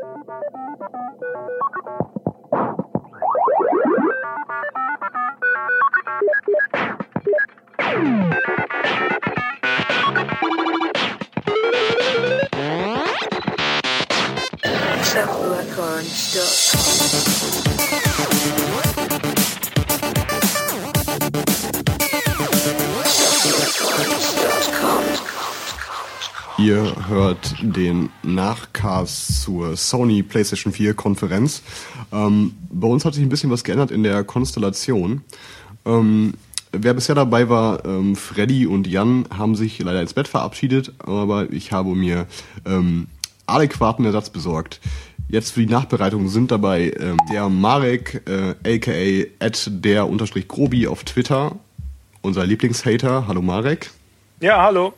Ihr hört den Nachcast zur Sony PlayStation 4 Konferenz. Bei uns hat sich ein bisschen was geändert in der Konstellation. Wer bisher dabei war, Freddy und Jan, haben sich leider ins Bett verabschiedet, aber ich habe mir adäquaten Ersatz besorgt. Jetzt für die Nachbereitung sind dabei der Marek, aka @der_Grobi auf Twitter, unser Lieblingshater. Hallo Marek. Ja, hallo.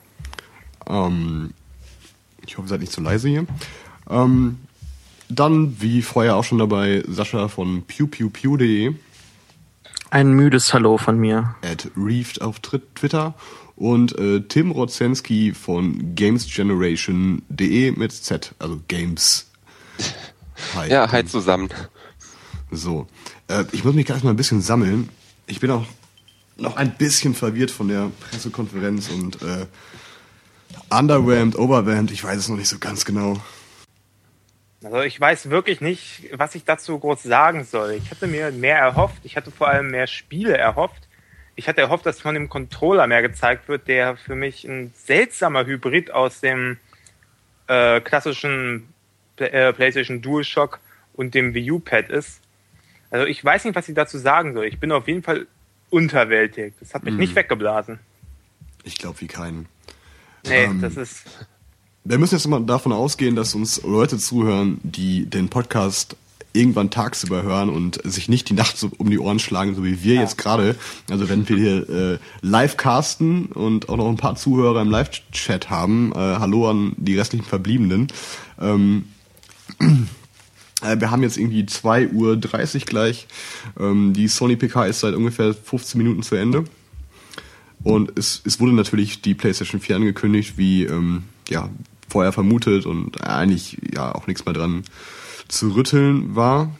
Ich hoffe, ihr seid nicht zu leise hier. Dann, wie vorher auch schon dabei, Sascha von pewpewpew.de. Ein müdes Hallo von mir. @reeft auf Twitter. Und Tim Rozenski von gamesgeneration.de mit Z, also Games. Hi. Ja, hi zusammen. So, ich muss mich gleich mal ein bisschen sammeln. Ich bin auch noch ein bisschen verwirrt von der Pressekonferenz und underwhelmed, overwhelmed, ich weiß es noch nicht so ganz genau. Also ich weiß wirklich nicht, was ich dazu groß sagen soll. Ich hatte mir mehr erhofft. Ich hatte vor allem mehr Spiele erhofft. Ich hatte erhofft, dass von dem Controller mehr gezeigt wird, der für mich ein seltsamer Hybrid aus dem klassischen PlayStation DualShock und dem Wii U-Pad ist. Also ich weiß nicht, was ich dazu sagen soll. Ich bin auf jeden Fall unterwältigt. Das hat mich nicht weggeblasen. Ich glaube wie keinen. Nee, das ist... Wir müssen jetzt mal davon ausgehen, dass uns Leute zuhören, die den Podcast irgendwann tagsüber hören und sich nicht die Nacht so um die Ohren schlagen, so wie wir jetzt gerade. Also wenn wir hier live casten und auch noch ein paar Zuhörer im Live-Chat haben, hallo an die restlichen Verbliebenen. Wir haben jetzt irgendwie 2:30 Uhr gleich. Die Sony PK ist seit ungefähr 15 Minuten zu Ende. Und es wurde natürlich die PlayStation 4 angekündigt, wie vorher vermutet und eigentlich ja auch nichts mehr dran zu rütteln war.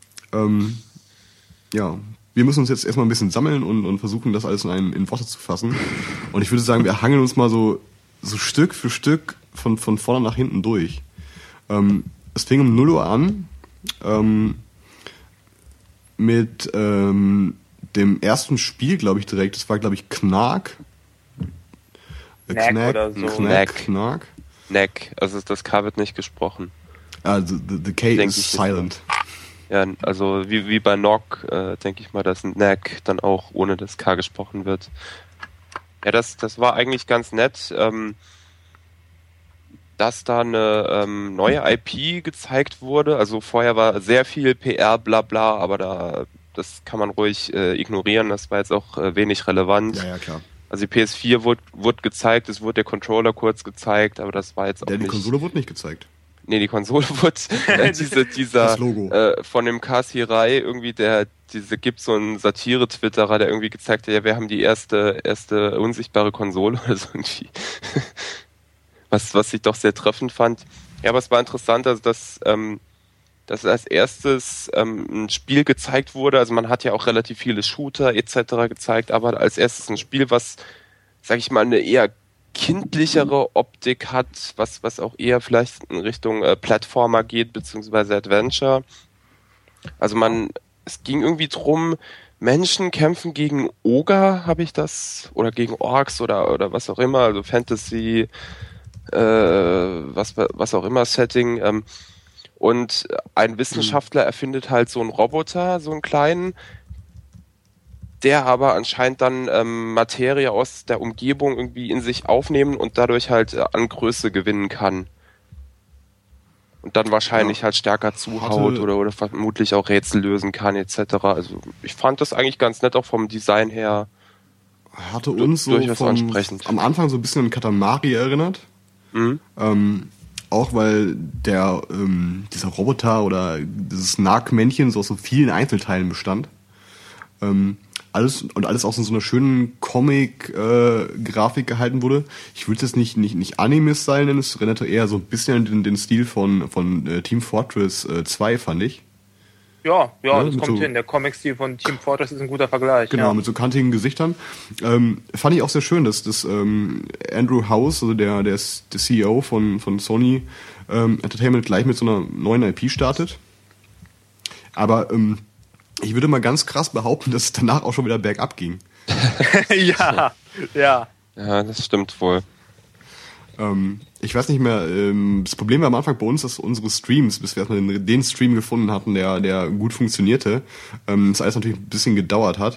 Wir müssen uns jetzt erstmal ein bisschen sammeln und versuchen, das alles in Worte zu fassen. Und ich würde sagen, wir hangeln uns mal so Stück für Stück von vorne nach hinten durch. Es fing um 0 Uhr an mit dem ersten Spiel, glaube ich, direkt. Das war, glaube ich, Knack. Knack. Also das K wird nicht gesprochen. Also the K is silent. Ja, also wie bei Knock, denke ich mal, dass ein Knack dann auch ohne das K gesprochen wird. Ja, das war eigentlich ganz nett, dass da eine neue IP gezeigt wurde. Also vorher war sehr viel PR, bla bla, aber das kann man ruhig ignorieren. Das war jetzt auch wenig relevant. Ja, klar. Also die PS4 wurde gezeigt, es wurde der Controller kurz gezeigt, aber das war jetzt auch nicht... Die Konsole wurde nicht gezeigt. Nee, die Konsole wurde... dieser Logo. Von dem Kasirai irgendwie, gibt so einen Satire-Twitterer, der irgendwie gezeigt hat, ja, wir haben die erste unsichtbare Konsole oder so irgendwie. Was ich doch sehr treffend fand. Ja, aber es war interessant, also dass als erstes ein Spiel gezeigt wurde. Also man hat ja auch relativ viele Shooter etc. gezeigt, aber als erstes ein Spiel, was, sag ich mal, eine eher kindlichere Optik hat, was auch eher vielleicht in Richtung Plattformer geht, beziehungsweise Adventure. Also es ging irgendwie drum, Menschen kämpfen gegen Ogre, habe ich das, oder gegen Orks oder was auch immer, also Fantasy, was auch immer Setting, und ein Wissenschaftler erfindet halt so einen Roboter, so einen kleinen, der aber anscheinend dann Materie aus der Umgebung irgendwie in sich aufnehmen und dadurch halt an Größe gewinnen kann. Und dann wahrscheinlich halt stärker zuhaut oder vermutlich auch Rätsel lösen kann etc. Also ich fand das eigentlich ganz nett, auch vom Design her. Hatte uns so am Anfang so ein bisschen an Katamari erinnert. Mhm. Auch weil dieser Roboter oder dieses Nag-Männchen so aus so vielen Einzelteilen bestand. alles auch so in so einer schönen Comic-Grafik gehalten wurde. Ich würde es nicht Anime-Style nennen, es erinnerte eher so ein bisschen den Stil von Team Fortress 2, fand ich. Ja, das mit kommt so, hin. Der Comic-Stil von Team Fortress ist ein guter Vergleich. Genau, ja. mit so kantigen Gesichtern. Fand ich auch sehr schön, dass Andrew House, also der CEO von Sony Entertainment, gleich mit so einer neuen IP startet. Aber ich würde mal ganz krass behaupten, dass es danach auch schon wieder bergab ging. Ja. Ja, das stimmt wohl. Ich weiß nicht mehr, das Problem war am Anfang bei uns, dass unsere Streams, bis wir erstmal den Stream gefunden hatten, der gut funktionierte, das alles natürlich ein bisschen gedauert hat.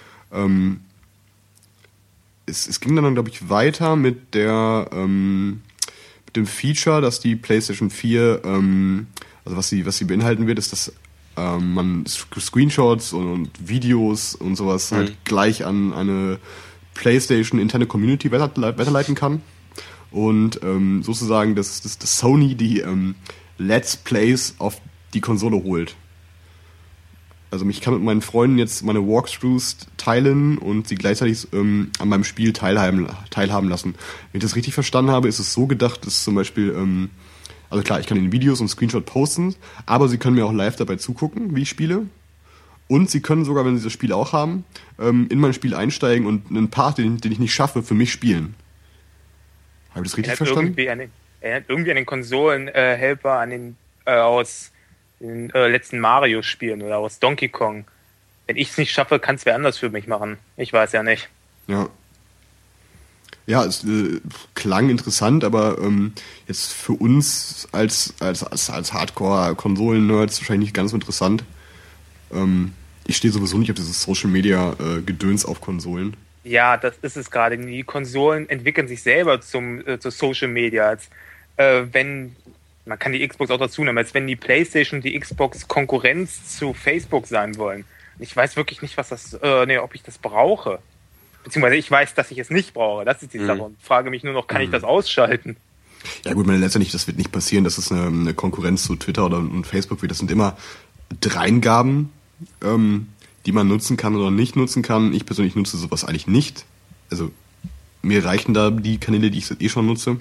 Es ging dann, glaube ich, weiter mit dem Feature, dass die PlayStation 4, also was sie beinhalten wird, ist, dass man Screenshots und Videos und sowas halt gleich an eine PlayStation interne Community weiterleiten kann. Und sozusagen, dass Sony die Let's Plays auf die Konsole holt. Also ich kann mit meinen Freunden jetzt meine Walkthroughs teilen und sie gleichzeitig an meinem Spiel teilhaben lassen. Wenn ich das richtig verstanden habe, ist es so gedacht, dass zum Beispiel, also klar, ich kann Ihnen Videos und Screenshot posten, aber Sie können mir auch live dabei zugucken, wie ich spiele. Und Sie können sogar, wenn Sie das Spiel auch haben, in mein Spiel einsteigen und einen Part, den ich nicht schaffe, für mich spielen. Habe ich das richtig verstanden? Irgendwie an den Konsolen-Helper aus den letzten Mario-Spielen oder aus Donkey Kong. Wenn ich es nicht schaffe, kann es wer anders für mich machen. Ich weiß ja nicht. Ja. Ja, es klang interessant, aber jetzt für uns als Hardcore-Konsolen-Nerds wahrscheinlich nicht ganz so interessant. Ich stehe sowieso nicht auf dieses Social-Media-Gedöns auf Konsolen. Ja, das ist es gerade. Die Konsolen entwickeln sich selber zu Social Media. Man kann die Xbox auch dazu nehmen, als wenn die PlayStation die Xbox Konkurrenz zu Facebook sein wollen. Ich weiß wirklich nicht, ob ich das brauche. Beziehungsweise ich weiß, dass ich es nicht brauche. Das ist die Sache. Und frage mich nur noch, kann ich das ausschalten? Ja gut, letztendlich, das wird nicht passieren, dass es eine Konkurrenz zu Twitter und Facebook wird. Das sind immer Dreingaben, die man nutzen kann oder nicht nutzen kann. Ich persönlich nutze sowas eigentlich nicht. Also mir reichen da die Kanäle, die ich schon nutze.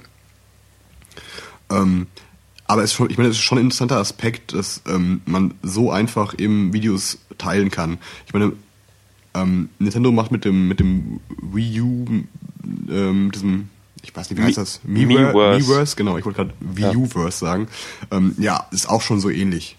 Aber es ist schon ein interessanter Aspekt, dass man so einfach eben Videos teilen kann. Ich meine, Nintendo macht mit dem Wii U, diesem, ich weiß nicht, wie heißt das? Miiverse, genau, ich wollte gerade Wii U-Verse sagen. Ist auch schon so ähnlich.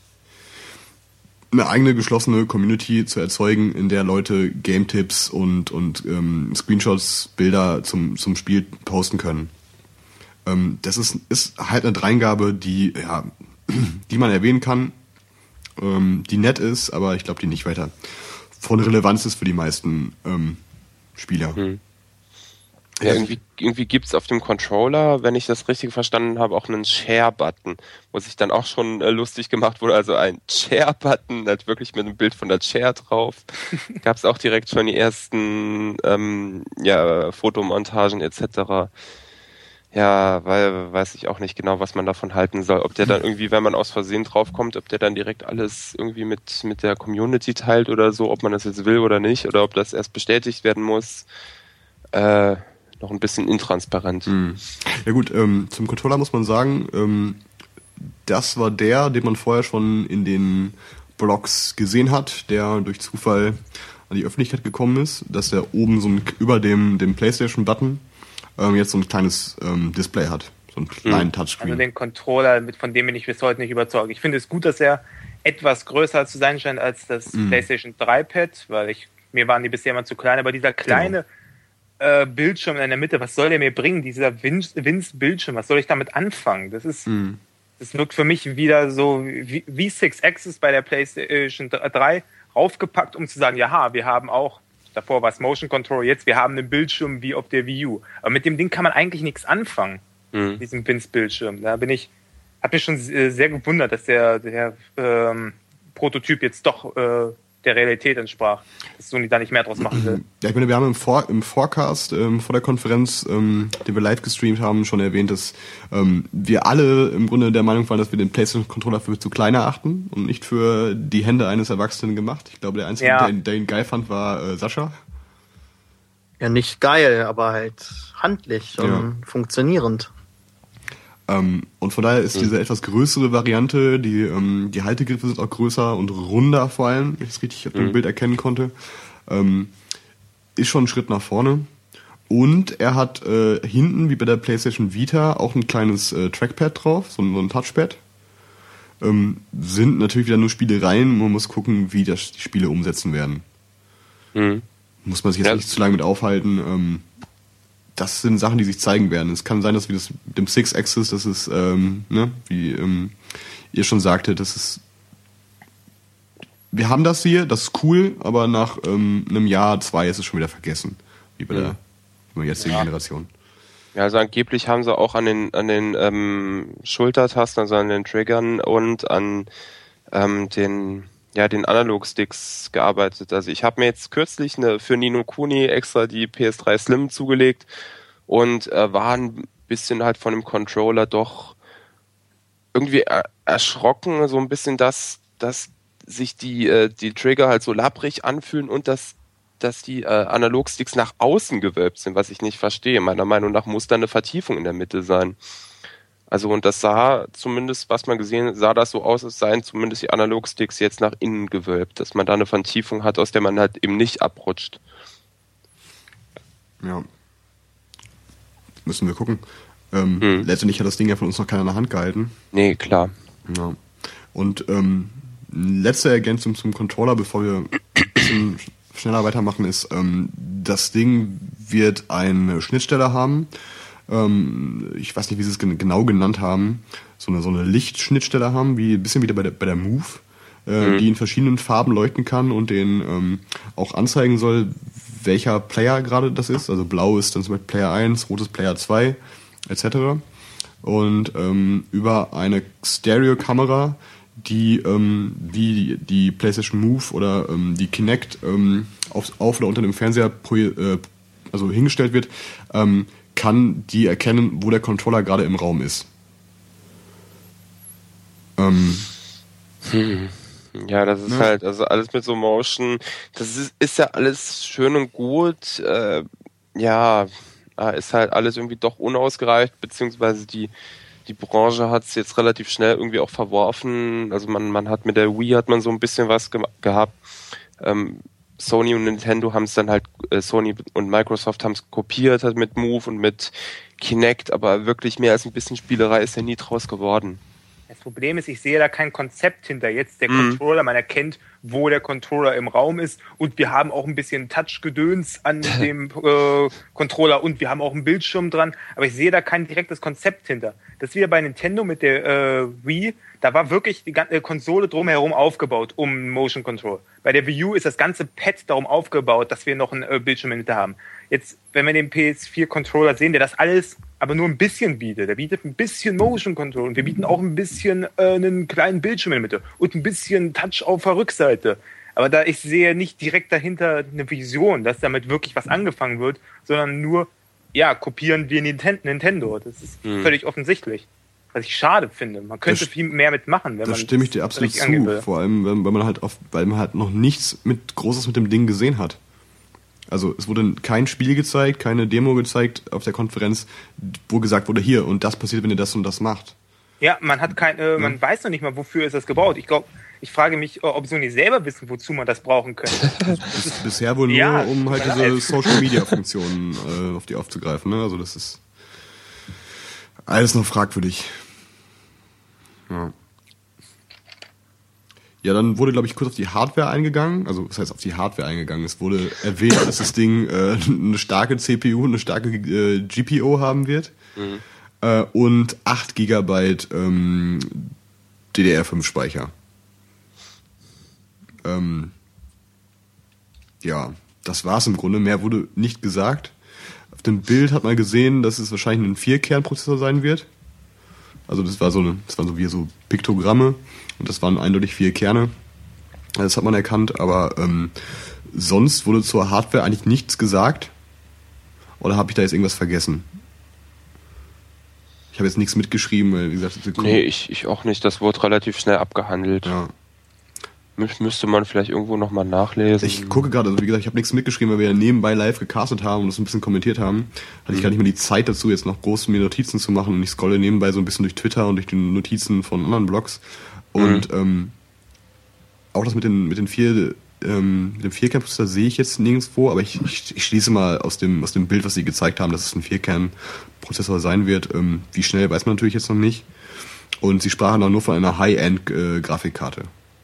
Eine eigene geschlossene Community zu erzeugen, in der Leute Game-Tipps und Screenshots, Bilder zum Spiel posten können. Das ist halt eine Dreingabe, die man erwähnen kann, die nett ist, aber ich glaube, die nicht weiter von Relevanz ist für die meisten Spieler. Ja, irgendwie gibt's auf dem Controller, wenn ich das richtig verstanden habe, auch einen Share-Button, wo sich dann auch schon lustig gemacht wurde. Also ein Share-Button, halt wirklich mit einem Bild von der Chair drauf. Gab's auch direkt schon die ersten Fotomontagen etc. Ja, weil weiß ich auch nicht genau, was man davon halten soll. Ob der dann irgendwie, wenn man aus Versehen draufkommt, ob der dann direkt alles irgendwie mit der Community teilt oder so, ob man das jetzt will oder nicht, oder ob das erst bestätigt werden muss. Noch ein bisschen intransparent. Ja gut, zum Controller muss man sagen, das war den man vorher schon in den Blogs gesehen hat, der durch Zufall an die Öffentlichkeit gekommen ist, dass der oben über dem PlayStation-Button jetzt so ein kleines Display hat, so einen kleinen Touchscreen. Also den Controller, von dem bin ich bis heute nicht überzeugt. Ich finde es gut, dass er etwas größer zu sein scheint als das PlayStation 3-Pad, weil mir waren die bisher immer zu klein, aber dieser kleine Bildschirm in der Mitte, was soll der mir bringen? Dieser Winz-Bildschirm, was soll ich damit anfangen? Das wirkt für mich wieder so wie Six Axis bei der PlayStation 3 raufgepackt, um zu sagen, jaha, wir haben auch, davor war es Motion Control, jetzt wir haben einen Bildschirm wie auf der Wii U. Aber mit dem Ding kann man eigentlich nichts anfangen, diesem Winz-Bildschirm. Da hat mich schon sehr gewundert, dass der Prototyp jetzt doch der Realität entsprach, dass Sony da nicht mehr draus machen will. Ja, ich meine, wir haben im Forecast vor der Konferenz, den wir live gestreamt haben, schon erwähnt, dass wir alle im Grunde der Meinung waren, dass wir den PlayStation-Controller für zu klein erachten und nicht für die Hände eines Erwachsenen gemacht. Ich glaube, der Einzige, der ihn geil fand, war Sascha. Ja, nicht geil, aber halt handlich und funktionierend. Und von daher ist diese etwas größere Variante, die Haltegriffe sind auch größer und runder vor allem, wenn ich es richtig auf dem Bild erkennen konnte, ist schon ein Schritt nach vorne. Und er hat hinten, wie bei der PlayStation Vita, auch ein kleines Trackpad drauf, so ein Touchpad. Sind natürlich wieder nur Spielereien, man muss gucken, wie das die Spiele umsetzen werden. Muss man sich jetzt nicht zu lange mit aufhalten. Das sind Sachen, die sich zeigen werden. Es kann sein, dass wir das mit dem Six-Axis, das ist, wie ihr schon sagtet, das ist, wir haben das hier, das ist cool, aber nach einem Jahr, 2 ist es schon wieder vergessen. Wie bei der jetzigen Generation. Ja, also angeblich haben sie auch an den Schultertasten, also an den Triggern und an den Analog-Sticks gearbeitet. Also ich habe mir jetzt kürzlich für Ni no Kuni extra die PS3 Slim zugelegt und war ein bisschen halt von dem Controller doch irgendwie erschrocken, so ein bisschen, dass sich die Trigger halt so labbrig anfühlen und dass die Analog-Sticks nach außen gewölbt sind, was ich nicht verstehe. Meiner Meinung nach muss da eine Vertiefung in der Mitte sein. Also und das sah zumindest, was man gesehen hat, sah das so aus, als seien zumindest die Analog-Sticks jetzt nach innen gewölbt, dass man da eine Vertiefung hat, aus der man halt eben nicht abrutscht. Ja. Müssen wir gucken. Letztendlich hat das Ding ja von uns noch keiner in der Hand gehalten. Nee, klar. Ja. Und letzte Ergänzung zum Controller, bevor wir ein bisschen schneller weitermachen, ist, das Ding wird eine Schnittstelle haben. Ich weiß nicht, wie sie es genau genannt haben, so eine Lichtschnittstelle haben, wie ein bisschen wieder bei der Move, die in verschiedenen Farben leuchten kann und den auch anzeigen soll, welcher Player gerade das ist. Also blau ist dann zum Beispiel Player 1, rot ist Player 2, etc. Und über eine Stereo-Kamera, die wie die PlayStation Move oder die Kinect auf oder unter dem Fernseher also hingestellt wird, kann die erkennen, wo der Controller gerade im Raum ist. Ja, das ist halt, also alles mit so Motion, das ist ja alles schön und gut, ist halt alles irgendwie doch unausgereift, beziehungsweise die Branche hat es jetzt relativ schnell irgendwie auch verworfen, also man hat mit der Wii hat man so ein bisschen was gehabt, Sony und Nintendo haben es dann halt, Sony und Microsoft haben es kopiert halt mit Move und mit Kinect, aber wirklich mehr als ein bisschen Spielerei ist ja nie draus geworden. Das Problem ist, ich sehe da kein Konzept hinter. Jetzt der Controller, man erkennt, wo der Controller im Raum ist und wir haben auch ein bisschen Touch-Gedöns an dem Controller und wir haben auch einen Bildschirm dran, aber ich sehe da kein direktes Konzept hinter. Das ist wieder bei Nintendo mit der Wii, da war wirklich die ganze Konsole drumherum aufgebaut um Motion Control. Bei der Wii U ist das ganze Pad darum aufgebaut, dass wir noch einen Bildschirm hinter haben. Jetzt, wenn wir den PS4-Controller sehen, der das alles aber nur ein bisschen bietet. Der bietet ein bisschen Motion Control und wir bieten auch ein bisschen einen kleinen Bildschirm in der Mitte und ein bisschen Touch auf der Rückseite. Aber da ich sehe nicht direkt dahinter eine Vision, dass damit wirklich was angefangen wird, sondern nur, kopieren wir Nintendo. Das ist völlig offensichtlich. Was ich schade finde. Man könnte viel mehr mitmachen, wenn man. Da stimme ich dir absolut zu. Vor allem, weil man halt noch nichts Großes mit dem Ding gesehen hat. Also es wurde kein Spiel gezeigt, keine Demo gezeigt auf der Konferenz, wo gesagt wurde, hier, und das passiert, wenn ihr das und das macht. Ja, man hat man weiß noch nicht mal, wofür ist das gebaut. Ich glaube, ich frage mich, ob Sony selber wissen, wozu man das brauchen könnte. Bisher wohl nur, um halt diese Social-Media-Funktionen auf die aufzugreifen. Ne? Also das ist alles noch fragwürdig. Ja, dann wurde, glaube ich, kurz auf die Hardware eingegangen. Also, was heißt auf die Hardware eingegangen? Es wurde erwähnt, dass das Ding eine starke CPU und eine starke GPU haben wird. Und 8 GB DDR5-Speicher. Das war's im Grunde. Mehr wurde nicht gesagt. Auf dem Bild hat man gesehen, dass es wahrscheinlich ein 4-Kern-Prozessor sein wird. Also das waren so wie so Piktogramme und das waren eindeutig 4 Kerne. Das hat man erkannt, aber sonst wurde zur Hardware eigentlich nichts gesagt. Oder habe ich da jetzt irgendwas vergessen? Ich habe jetzt nichts mitgeschrieben, weil, wie gesagt, nee, ich auch nicht. Das wurde relativ schnell abgehandelt. Ja. Müsste man vielleicht irgendwo nochmal nachlesen. Ich gucke gerade, also wie gesagt, ich habe nichts mitgeschrieben, weil wir ja nebenbei live gecastet haben und das ein bisschen kommentiert haben. Hatte ich gar nicht mehr die Zeit dazu, jetzt noch groß mir Notizen zu machen und ich scrolle nebenbei so ein bisschen durch Twitter und durch die Notizen von anderen Blogs. Und auch das mit dem Vierkernprozessor sehe ich jetzt nirgendwo, aber ich schließe mal aus dem Bild, was sie gezeigt haben, dass es ein Vierkernprozessor sein wird. Wie schnell, weiß man natürlich jetzt noch nicht. Und sie sprachen dann nur von einer High-End-Grafikkarte.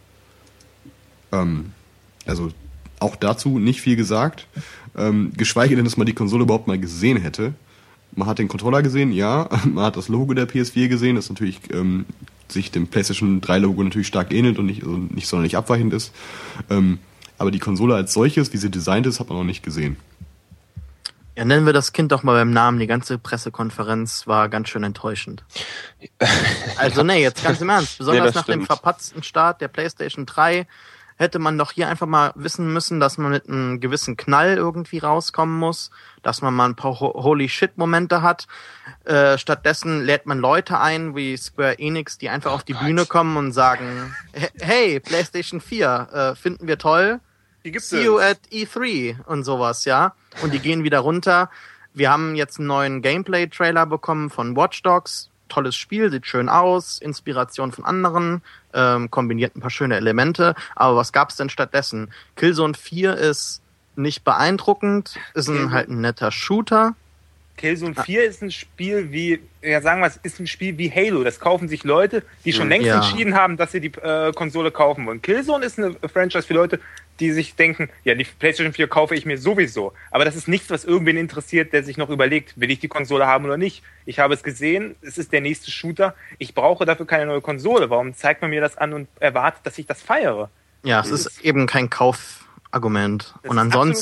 Also auch dazu nicht viel gesagt. Geschweige denn, dass man die Konsole überhaupt mal gesehen hätte. Man hat den Controller gesehen, ja. Man hat das Logo der PS4 gesehen, das natürlich sich dem PlayStation 3 Logo natürlich stark ähnelt und nicht sonderlich abweichend ist. Aber die Konsole als solches, wie sie designt ist, hat man noch nicht gesehen. Ja, nennen wir das Kind doch mal beim Namen. Die ganze Pressekonferenz war ganz schön enttäuschend. Also nee, jetzt ganz im Ernst. Besonders nach dem verpatzten Start der PlayStation 3 hätte man doch hier einfach mal wissen müssen, dass man mit einem gewissen Knall irgendwie rauskommen muss, dass man mal ein paar Holy-Shit-Momente hat. Stattdessen lädt man Leute ein, wie Square Enix, die einfach auf die Bühne kommen und sagen, hey, PlayStation 4, finden wir toll, see you at E3 und sowas, ja. Und die gehen wieder runter. Wir haben jetzt einen neuen Gameplay-Trailer bekommen von Watch Dogs. Tolles Spiel, sieht schön aus, Inspiration von anderen, kombiniert ein paar schöne Elemente. Aber was gab's denn stattdessen? Killzone 4 ist nicht beeindruckend, ist halt ein netter Shooter. Killzone 4 ist ein Spiel wie, ja sagen wir es, ist ein Spiel wie Halo. Das kaufen sich Leute, die schon längst entschieden haben, dass sie die Konsole kaufen wollen. Killzone ist eine Franchise für Leute, die sich denken, ja, die PlayStation 4 kaufe ich mir sowieso. Aber das ist nichts, was irgendwen interessiert, der sich noch überlegt, will ich die Konsole haben oder nicht. Ich habe es gesehen, es ist der nächste Shooter. Ich brauche dafür keine neue Konsole. Warum zeigt man mir das an und erwartet, dass ich das feiere? Ja, es ist eben kein Kaufargument. Und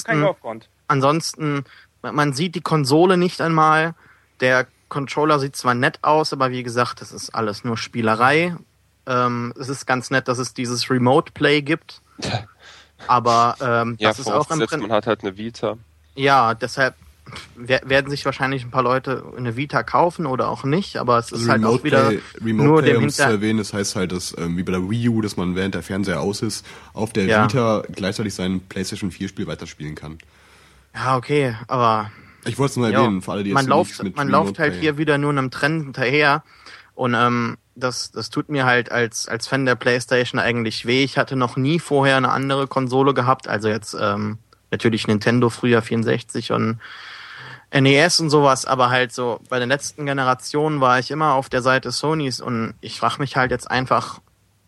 ansonsten, man sieht die Konsole nicht einmal. Der Controller sieht zwar nett aus, aber wie gesagt, das ist alles nur Spielerei. Es ist ganz nett, dass es dieses Remote Play gibt. Aber das ist auch im Prinzip. Man hat halt eine Vita. Ja, deshalb werden sich wahrscheinlich ein paar Leute eine Vita kaufen oder auch nicht, aber es ist halt auch wieder nur dem zu erwähnen, das heißt halt, dass wie bei der Wii U, dass man während der Fernseher aus ist, auf der Vita gleichzeitig sein PlayStation 4 Spiel weiterspielen kann. Ja, okay, aber ich wollte es nur erwähnen, für alle, die man läuft halt hier wieder nur einem Trend hinterher und das tut mir halt als Fan der PlayStation eigentlich weh. Ich hatte noch nie vorher eine andere Konsole gehabt, also jetzt natürlich Nintendo früher 64 und NES und sowas, aber halt so bei den letzten Generationen war ich immer auf der Seite Sonys und ich frage mich halt jetzt einfach,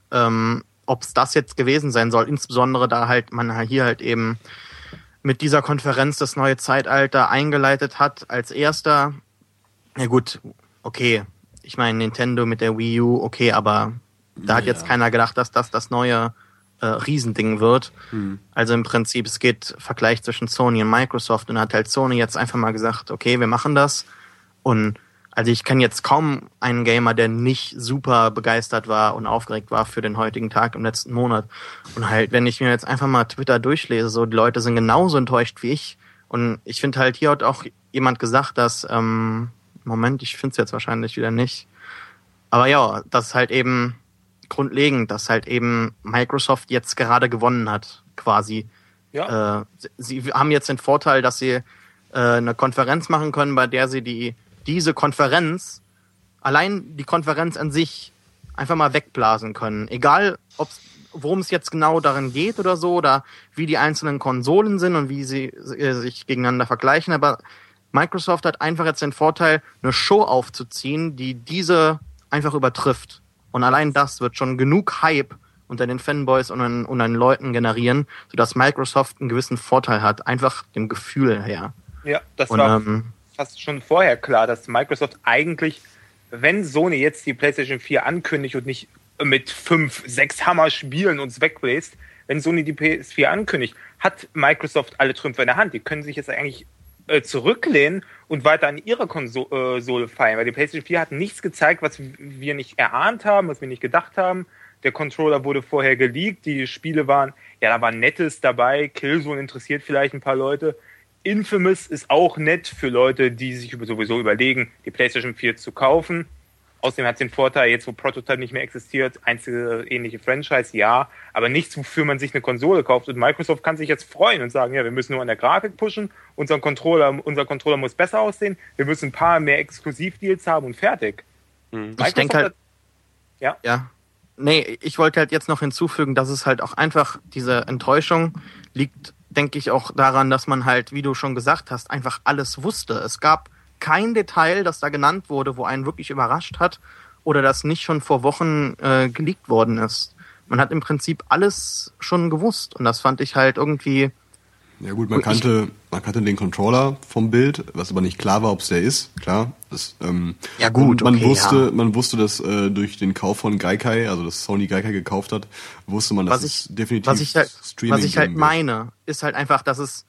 ob es das jetzt gewesen sein soll, insbesondere da halt man hier halt eben mit dieser Konferenz das neue Zeitalter eingeleitet hat als erster. Ja gut, okay, ich meine Nintendo mit der Wii U, okay, aber da hat jetzt keiner gedacht, dass das neue Riesending wird. Also im Prinzip, es geht Vergleich zwischen Sony und Microsoft und hat halt Sony jetzt einfach mal gesagt, okay, wir machen das. Und also ich kenne jetzt kaum einen Gamer, der nicht super begeistert war und aufgeregt war für den heutigen Tag im letzten Monat. Und halt, wenn ich mir jetzt einfach mal Twitter durchlese, so die Leute sind genauso enttäuscht wie ich. Und ich finde halt, hier hat auch jemand gesagt, dass, Moment, ich finde es jetzt wahrscheinlich wieder nicht. Aber ja, das halt eben grundlegend, dass halt eben Microsoft jetzt gerade gewonnen hat, quasi. Ja. Sie haben jetzt den Vorteil, dass sie eine Konferenz machen können, bei der sie diese Konferenz, allein die Konferenz an sich, einfach mal wegblasen können. Egal, worum es jetzt genau darin geht oder so, oder wie die einzelnen Konsolen sind und wie sie sich gegeneinander vergleichen, aber Microsoft hat einfach jetzt den Vorteil, eine Show aufzuziehen, die diese einfach übertrifft. Und allein das wird schon genug Hype unter den Fanboys und den Leuten generieren, sodass Microsoft einen gewissen Vorteil hat, einfach dem Gefühl her. Ja, das war fast schon vorher klar, dass Microsoft eigentlich, wenn Sony jetzt die PlayStation 4 ankündigt und nicht mit 5, 6 Hammer-Spielen uns wegbläst, wenn Sony die PS4 ankündigt, hat Microsoft alle Trümpfe in der Hand. Die können sich jetzt eigentlich zurücklehnen und weiter an ihrer Konsole feiern. Weil die PlayStation 4 hat nichts gezeigt, was wir nicht erahnt haben, was wir nicht gedacht haben. Der Controller wurde vorher geleakt, die Spiele waren, ja, da war Nettes dabei, Killzone interessiert vielleicht ein paar Leute. Infamous ist auch nett für Leute, die sich sowieso überlegen, die PlayStation 4 zu kaufen. Außerdem hat es den Vorteil, jetzt wo Prototype nicht mehr existiert, einzige ähnliche Franchise, ja, aber nichts, wofür man sich eine Konsole kauft. Und Microsoft kann sich jetzt freuen und sagen, ja, wir müssen nur an der Grafik pushen, unser Controller muss besser aussehen, wir müssen ein paar mehr Exklusivdeals haben und fertig. Ich denke halt, ja. Nee, ich wollte halt jetzt noch hinzufügen, dass es halt auch einfach, diese Enttäuschung liegt, denke ich, auch daran, dass man halt, wie du schon gesagt hast, einfach alles wusste. Es gab kein Detail, das da genannt wurde, wo einen wirklich überrascht hat oder das nicht schon vor Wochen geleakt worden ist. Man hat im Prinzip alles schon gewusst und das fand ich halt irgendwie... Ja gut, man kannte den Controller vom Bild, was aber nicht klar war, ob es der ist. Klar, das, ja gut, man wusste, dass durch den Kauf von Gaikai, also dass Sony Gaikai gekauft hat, wusste man, dass es definitiv Streaming was ich halt meine, ist halt einfach, dass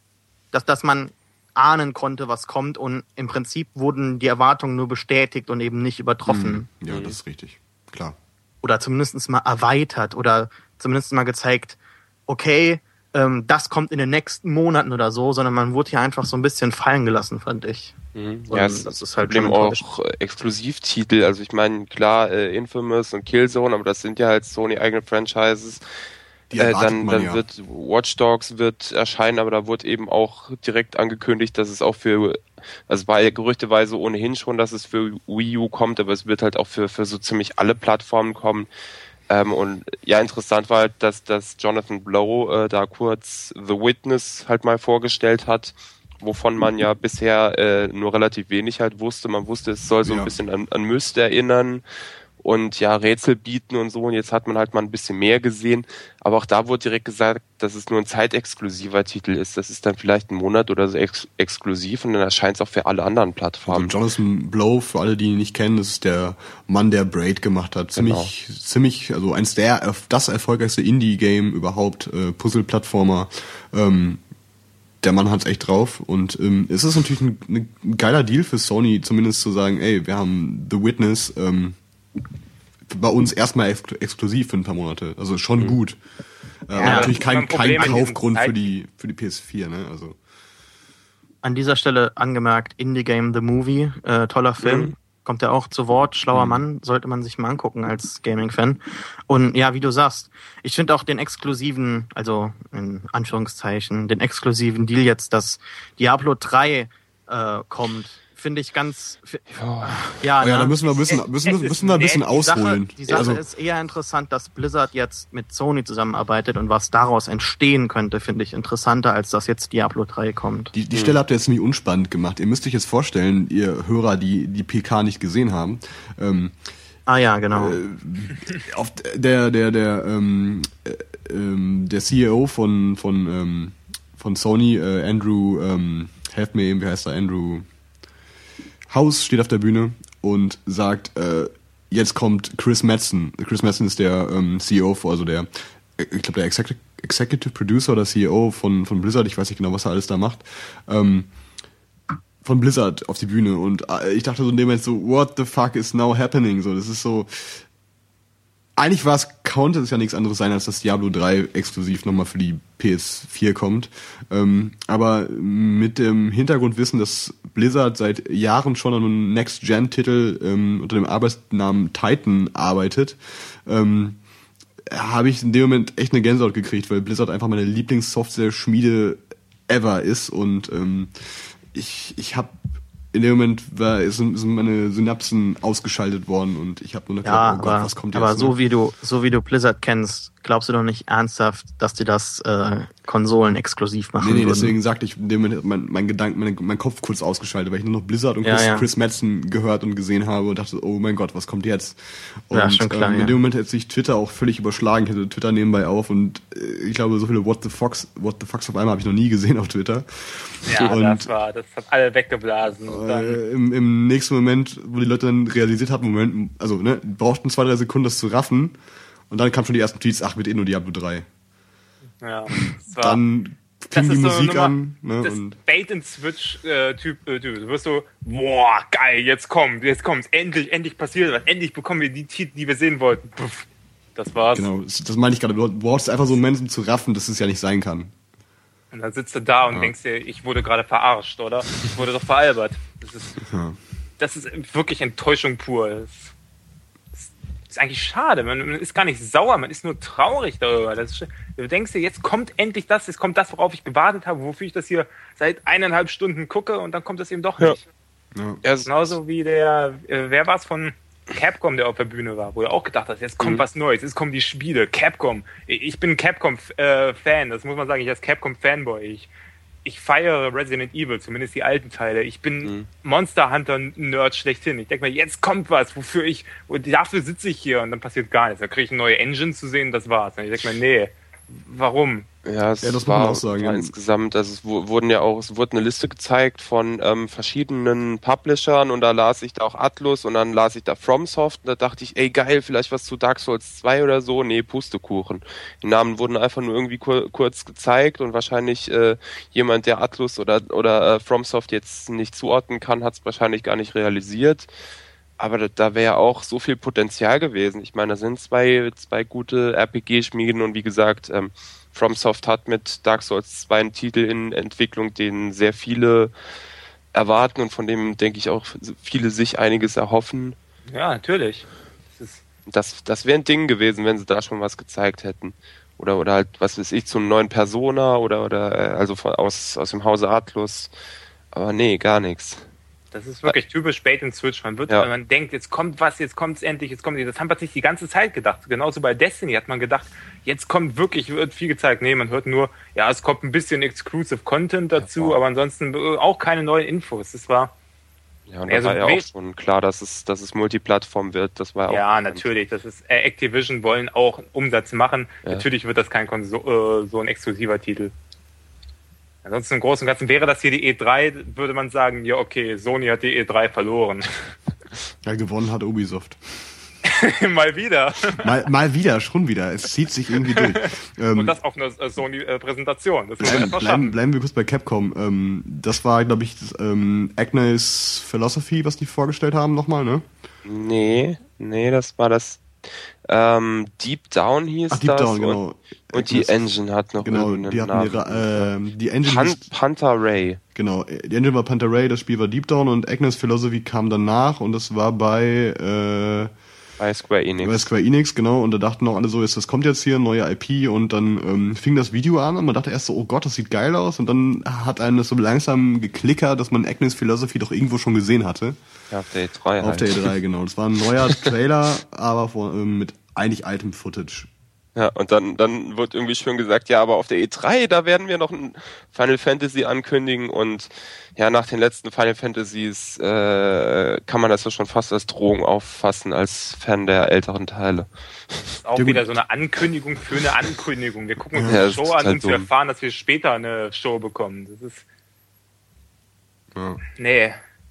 man ahnen konnte, was kommt und im Prinzip wurden die Erwartungen nur bestätigt und eben nicht übertroffen. Ja, das ist richtig, klar. Oder zumindest mal erweitert oder zumindest mal gezeigt, okay, das kommt in den nächsten Monaten oder so, sondern man wurde hier einfach so ein bisschen fallen gelassen, fand ich. Ja, das ist halt eben auch Exklusivtitel. Also ich meine, klar, Infamous und Killzone, aber das sind ja halt Sony eigene Franchises. Dann wird Watch Dogs erscheinen, aber da wurde eben auch direkt angekündigt, dass es auch also war ja gerüchteweise ohnehin schon, dass es für Wii U kommt, aber es wird halt auch für so ziemlich alle Plattformen kommen. Und ja, interessant war halt, dass Jonathan Blow da kurz The Witness halt mal vorgestellt hat, wovon man ja bisher nur relativ wenig halt wusste. Man wusste, es soll so ein bisschen an Myst erinnern und ja, Rätsel bieten und so. Und jetzt hat man halt mal ein bisschen mehr gesehen. Aber auch da wurde direkt gesagt, dass es nur ein zeitexklusiver Titel ist. Das ist dann vielleicht ein Monat oder so exklusiv und dann erscheint es auch für alle anderen Plattformen. Also Jonathan Blow, für alle, die ihn nicht kennen, das ist der Mann, der Braid gemacht hat. Ziemlich, also das erfolgreichste Indie-Game überhaupt, Puzzle-Plattformer. Der Mann hat's echt drauf und es ist natürlich ein geiler Deal für Sony, zumindest zu sagen, ey, wir haben The Witness, bei uns erstmal exklusiv für ein paar Monate. Also schon gut. Natürlich kein Kaufgrund für die PS4, ne? Also. An dieser Stelle angemerkt, Indie Game The Movie, toller Film. Kommt ja auch zu Wort, schlauer Mann, sollte man sich mal angucken als Gaming-Fan. Und ja, wie du sagst, ich finde auch den exklusiven, also in Anführungszeichen, den exklusiven Deal jetzt, dass Diablo 3 kommt, finde ich ganz... da müssen wir ein bisschen ausholen. Die Sache ist eher interessant, dass Blizzard jetzt mit Sony zusammenarbeitet und was daraus entstehen könnte, finde ich interessanter, als dass jetzt Diablo 3 kommt. Die Stelle habt ihr jetzt ziemlich unspannend gemacht. Ihr müsst euch jetzt vorstellen, ihr Hörer, die PK nicht gesehen haben. Genau. Der CEO von Sony, Andrew, helft mir eben, wie heißt er, Andrew House steht auf der Bühne und sagt, jetzt kommt Chris Metzen. Chris Metzen ist der CEO, also der Executive Producer oder CEO von Blizzard. Ich weiß nicht genau, was er alles da macht. Von Blizzard auf die Bühne. Und ich dachte so in dem Moment so, what the fuck is now happening? So, das ist so... Eigentlich konnte es ja nichts anderes sein, als dass Diablo 3 exklusiv nochmal für die PS4 kommt. Aber mit dem Hintergrundwissen, dass Blizzard seit Jahren schon an einem Next-Gen-Titel unter dem Arbeitsnamen Titan arbeitet, habe ich in dem Moment echt eine Gänsehaut gekriegt, weil Blizzard einfach meine Lieblingssoftware-Schmiede ever ist. Und ich habe in dem Moment sind meine Synapsen ausgeschaltet worden und ich habe nur noch gedacht, oh Gott, was kommt jetzt? Aber so wie du Blizzard kennst, glaubst du doch nicht ernsthaft, dass die das Konsolen exklusiv machen würden? Deswegen sagte ich in dem Moment mein Kopf kurz ausgeschaltet, weil ich nur noch Blizzard und Chris Metzen gehört und gesehen habe und dachte, oh mein Gott, was kommt jetzt? Und schon klar, in dem Moment hätte sich Twitter auch völlig überschlagen. Ich hatte Twitter nebenbei auf und ich glaube, so viele What the Fucks auf einmal habe ich noch nie gesehen auf Twitter. Ja, und das hat alle weggeblasen. Im nächsten Moment, wo die Leute dann realisiert haben, brauchten 2-3 Sekunden, das zu raffen. Und dann kamen schon die ersten Tweets, wird nur Diablo 3. Ja, dann fing die Musik an. Ne, das und Bait-and-Switch-Typ. Du wirst so, boah, geil, jetzt kommt's. Endlich passiert was. Endlich bekommen wir die Titel, die wir sehen wollten. Puff, das war's. Genau, das meine ich gerade. Du brauchst einfach so einen Moment, um zu raffen, dass es ja nicht sein kann. Und dann sitzt du da und denkst dir, ich wurde gerade verarscht, oder? Ich wurde doch veralbert. Das ist wirklich Enttäuschung pur. Das ist eigentlich schade. Man ist gar nicht sauer, man ist nur traurig darüber. Du denkst dir, jetzt kommt endlich das, worauf ich gewartet habe, wofür ich das hier seit 1,5 Stunden gucke und dann kommt das eben doch nicht. Ja. Genauso wie wer war es von Capcom, der auf der Bühne war, wo er auch gedacht hat, jetzt kommt was Neues, jetzt kommen die Spiele, Capcom. Ich bin Capcom-Fan, das muss man sagen, ich als Capcom-Fanboy. Ich feiere Resident Evil, zumindest die alten Teile. Ich bin Monster Hunter-Nerd schlechthin. Ich denke mir, jetzt kommt was, und dafür sitze ich hier und dann passiert gar nichts. Da kriege ich eine neue Engine zu sehen, das war's. Und ich denke mir, nee, warum? Ja, das muss man auch sagen. War insgesamt, also es wurde eine Liste gezeigt von verschiedenen Publishern und da las ich da auch Atlus und dann las ich da FromSoft und da dachte ich, ey geil, vielleicht was zu Dark Souls 2 oder so. Nee, Pustekuchen. Die Namen wurden einfach nur irgendwie kurz gezeigt und wahrscheinlich jemand, der Atlus oder FromSoft jetzt nicht zuordnen kann, hat es wahrscheinlich gar nicht realisiert. Aber da wäre auch so viel Potenzial gewesen. Ich meine, da sind zwei gute RPG-Schmieden und wie gesagt, FromSoft hat mit Dark Souls 2 einen Titel in Entwicklung, den sehr viele erwarten und von dem, denke ich, auch viele sich einiges erhoffen. Ja, natürlich. Das wäre ein Ding gewesen, wenn sie da schon was gezeigt hätten. Oder halt, was weiß ich, zum neuen Persona oder also aus dem Hause Atlus. Aber nee, gar nichts. Das ist wirklich typisch Bait and Switch. Man denkt, jetzt kommt was, jetzt kommt es endlich, jetzt kommt es. Das haben wir sich die ganze Zeit gedacht. Genauso bei Destiny hat man gedacht, jetzt wird viel gezeigt. Nee, man hört nur, ja, es kommt ein bisschen Exclusive Content dazu, aber ansonsten auch keine neuen Infos. Das war... Ja, und da war ja auch schon klar, dass es Multiplattform wird. Das war ja auch natürlich. Das ist Activision wollen auch Umsatz machen. Ja. Natürlich wird das kein so ein exklusiver Titel. Ansonsten im Großen und Ganzen wäre das hier die E3, würde man sagen, ja okay, Sony hat die E3 verloren. Ja, gewonnen hat Ubisoft. Mal wieder. Mal wieder, schon wieder. Es zieht sich irgendwie durch. Und das auf einer Sony-Präsentation. Bleiben wir kurz bei Capcom. Das war, glaube ich, Agnes Philosophy, was die vorgestellt haben nochmal, ne? Nee, das war das Deep Down hieß das. Deep Down, genau. Und die Engine hat noch die hatten die Engine Panther Ray. Genau, die Engine war Panther Ray, das Spiel war Deep Down und Agnes Philosophy kam danach und das war bei Square Enix. Bei Square Enix, genau, und da dachten auch alle so, das kommt jetzt hier, neue IP und dann fing das Video an und man dachte erst so, oh Gott, das sieht geil aus und dann hat einem das so langsam geklickert, dass man Agnes Philosophy doch irgendwo schon gesehen hatte. Ja, auf der E3 Auf der E3, genau. Das war ein neuer Trailer, aber mit eigentlich altem Footage. Ja, und dann wird irgendwie schön gesagt, ja, aber auf der E3, da werden wir noch ein Final Fantasy ankündigen und ja, nach den letzten Final Fantasies kann man das ja schon fast als Drohung auffassen, als Fan der älteren Teile. Das ist auch wieder so eine Ankündigung für eine Ankündigung. Wir gucken uns eine Show an, um zu erfahren, dass wir später eine Show bekommen. Das ist... Ja. Nee.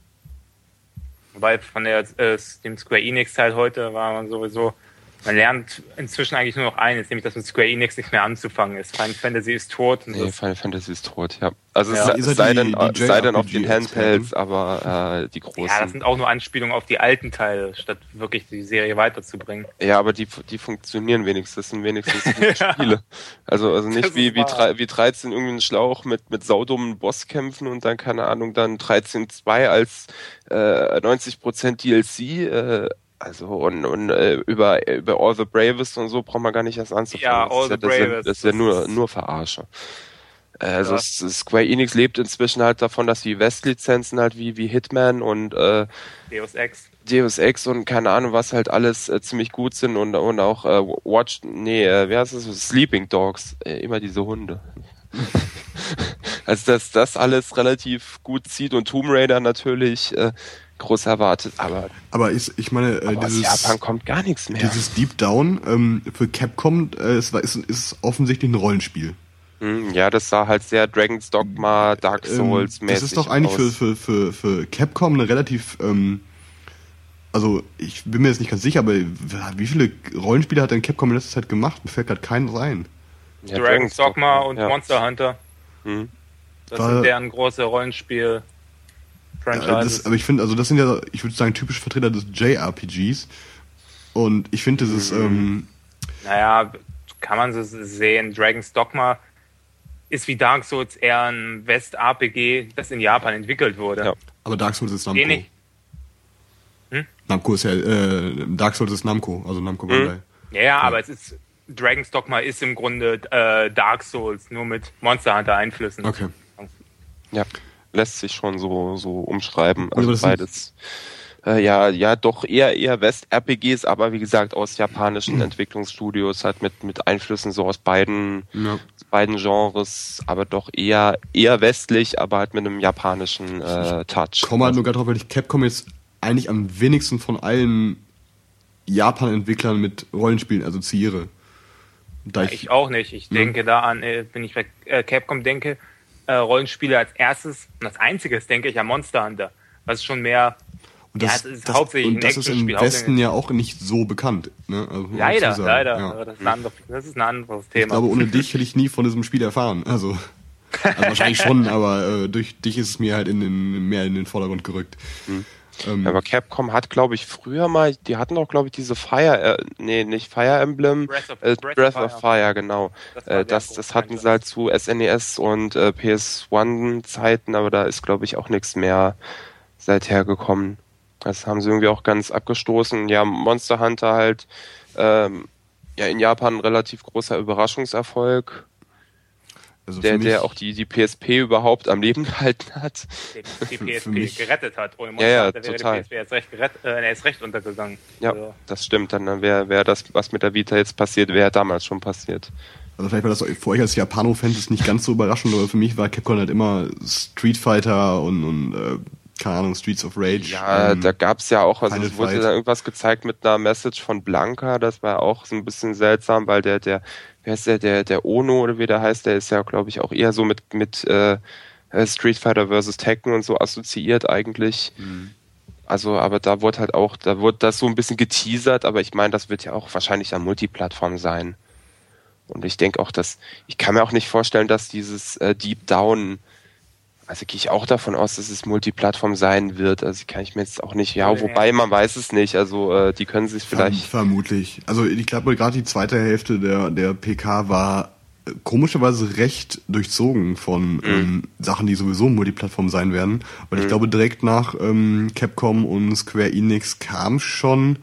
Wobei von dem Square Enix-Teil heute war man sowieso... Man lernt inzwischen eigentlich nur noch eines, nämlich dass mit Square Enix nicht mehr anzufangen ist. Final Fantasy ist tot. Final Fantasy ist tot, ja. Also es sei denn auf den Handhelds, aber die großen. Ja, das sind auch nur Anspielungen auf die alten Teile, statt wirklich die Serie weiterzubringen. Ja, aber die funktionieren wenigstens. Das sind wenigstens Spiele. Also nicht wie 13 irgendwie ein Schlauch mit saudummen Bosskämpfen und dann, keine Ahnung, dann 13.2 als 90% DLC, also und über All the Bravest und so braucht man gar nicht erst anzufangen. Ja, All the Bravest. Das ist ja nur Verarsche. Also Square Enix lebt inzwischen halt davon, dass die West-Lizenzen halt wie Hitman und Deus Ex und keine Ahnung was halt alles ziemlich gut sind und auch wie heißt es? Sleeping Dogs, immer diese Hunde. Also dass das alles relativ gut zieht und Tomb Raider natürlich groß erwartet, aber ich meine, aus Japan kommt gar nichts mehr. Dieses Deep Down für Capcom ist offensichtlich ein Rollenspiel. Ja, das sah halt sehr Dragon's Dogma, Dark Souls mäßig. Das ist doch eigentlich für Capcom eine relativ, also ich bin mir jetzt nicht ganz sicher, aber wie viele Rollenspiele hat denn Capcom in letzter Zeit gemacht? Mir fällt gerade keinen rein. Ja, Dragon's Dogma und Monster Hunter. Das sind deren große Rollenspiel-Franchises. Aber ich finde, also das sind ja, ich würde sagen, typische Vertreter des JRPGs. Und ich finde dieses... naja, kann man so sehen, Dragon's Dogma ist wie Dark Souls eher ein West-RPG, das in Japan entwickelt wurde. Ja. Aber Dark Souls ist Namco. Namco ist ja, Dark Souls ist Namco, also Namco Bandai. Ja, aber es ist, Dragon's Dogma ist im Grunde Dark Souls, nur mit Monster Hunter Einflüssen. Okay. Ja, lässt sich schon so umschreiben. Also Also beides. Ja, doch eher West-RPGs, aber wie gesagt aus japanischen Entwicklungsstudios, halt mit Einflüssen so aus beiden Genres, aber doch eher westlich, aber halt mit einem japanischen Touch. Ich komme halt nur gerade drauf, weil ich Capcom jetzt eigentlich am wenigsten von allen Japan-Entwicklern mit Rollenspielen assoziiere. Ich auch nicht. Ich denke da an, wenn ich bei Capcom denke, Rollenspiele als erstes und als einziges denke ich an Monster Hunter, was schon mehr... Und das ist im Westen ja auch nicht so bekannt. Ne? Also, leider. Ja. Das ist ein anderes Thema. Ich glaube, ohne dich hätte ich nie von diesem Spiel erfahren. Also wahrscheinlich schon, aber durch dich ist es mir halt mehr in den Vordergrund gerückt. Aber Capcom hat, glaube ich, früher mal, die hatten auch, glaube ich, diese nicht Fire Emblem, Breath of Fire, genau. Das hatten sie halt zu SNES und PS1-Zeiten, aber da ist, glaube ich, auch nichts mehr seither gekommen. Das haben sie irgendwie auch ganz abgestoßen. Ja, Monster Hunter halt, in Japan ein relativ großer Überraschungserfolg. Also der auch die PSP überhaupt am Leben gehalten hat. Die PSP gerettet hat. Ohne Monster Hunter wäre total. die PSP erst recht untergegangen. Ja, also. Das stimmt. Dann wäre das, was mit der Vita jetzt passiert, wäre damals schon passiert. Also vielleicht war das für euch als Japano-Fans nicht ganz so überraschend, aber für mich war Capcom halt immer Street Fighter und keine Ahnung, Streets of Rage. Ja, da gab's ja auch, also es wurde da irgendwas gezeigt mit einer Message von Blanca, das war auch so ein bisschen seltsam, weil der wer ist der Ono oder wie der heißt, der ist ja, glaube ich, auch eher so mit Street Fighter vs. Tekken und so assoziiert eigentlich. Also, aber da wurde das so ein bisschen geteasert, aber ich meine, das wird ja auch wahrscheinlich eine Multiplattform sein. Und ich denke auch, ich kann mir auch nicht vorstellen, dass dieses Deep Down, also gehe ich auch davon aus, dass es Multiplattform sein wird. Also kann ich mir jetzt auch nicht, wobei man weiß es nicht. Also die können sich vielleicht... Vermutlich. Also ich glaube, gerade die zweite Hälfte der PK war komischerweise recht durchzogen von Sachen, die sowieso Multiplattform sein werden. Weil ich glaube, direkt nach Capcom und Square Enix kam schon...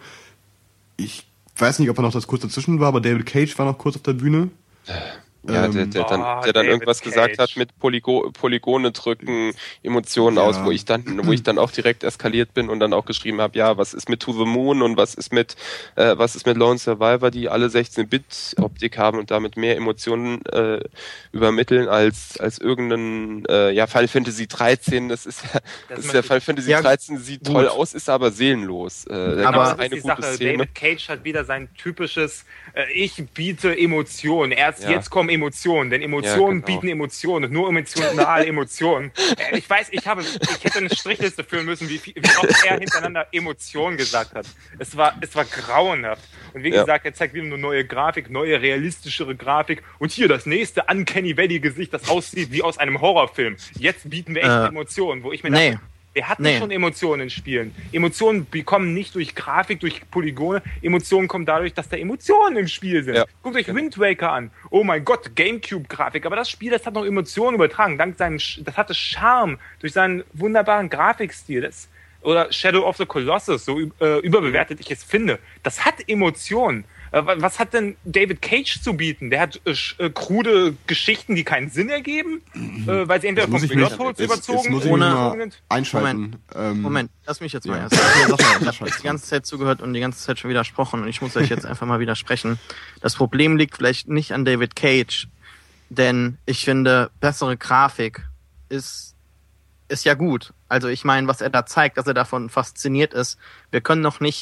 Ich weiß nicht, ob er noch das kurz dazwischen war, aber David Cage war noch kurz auf der Bühne. Ja, der dann irgendwas Cage gesagt hat mit Polygone drücken, Emotionen aus, wo ich dann auch direkt eskaliert bin und dann auch geschrieben habe, ja, was ist mit To the Moon und was ist mit Lone Survivor, die alle 16-Bit-Optik haben und damit mehr Emotionen übermitteln als irgendein Final Fantasy 13, das ist ja Final Fantasy 13 sieht gut toll aus, ist aber seelenlos. Aber das ist die Sache, David Cage hat wieder sein typisches ich biete Emotionen. Jetzt kommen Emotionen, denn Emotionen bieten Emotionen und nur emotionale Emotionen. Ich weiß, ich hätte eine Strichliste führen müssen, wie oft er hintereinander Emotionen gesagt hat. Es war grauenhaft. Und wie gesagt, er zeigt wieder eine neue Grafik, neue, realistischere Grafik. Und hier das nächste Uncanny Valley-Gesicht, das aussieht wie aus einem Horrorfilm. Jetzt bieten wir echt Emotionen, wo ich mir dachte, wir hatten schon Emotionen in Spielen. Emotionen kommen nicht durch Grafik, durch Polygone. Emotionen kommen dadurch, dass da Emotionen im Spiel sind. Ja. Guckt euch Wind Waker an. Oh mein Gott, Gamecube-Grafik. Aber das Spiel, das hat noch Emotionen übertragen. Das hatte Charme durch seinen wunderbaren Grafikstil. Oder Shadow of the Colossus, so überbewertet ich es finde. Das hat Emotionen. Was hat denn David Cage zu bieten? Der hat krude Geschichten, die keinen Sinn ergeben, weil sie entweder vom Plotholes überzogen oder einschalten. Moment, lass mich jetzt mal erst. Ich habe die ganze Zeit zugehört und die ganze Zeit schon widersprochen und ich muss euch jetzt einfach mal widersprechen. Das Problem liegt vielleicht nicht an David Cage, denn ich finde, bessere Grafik ist ja gut. Also ich meine, was er da zeigt, dass er davon fasziniert ist. Wir können noch nicht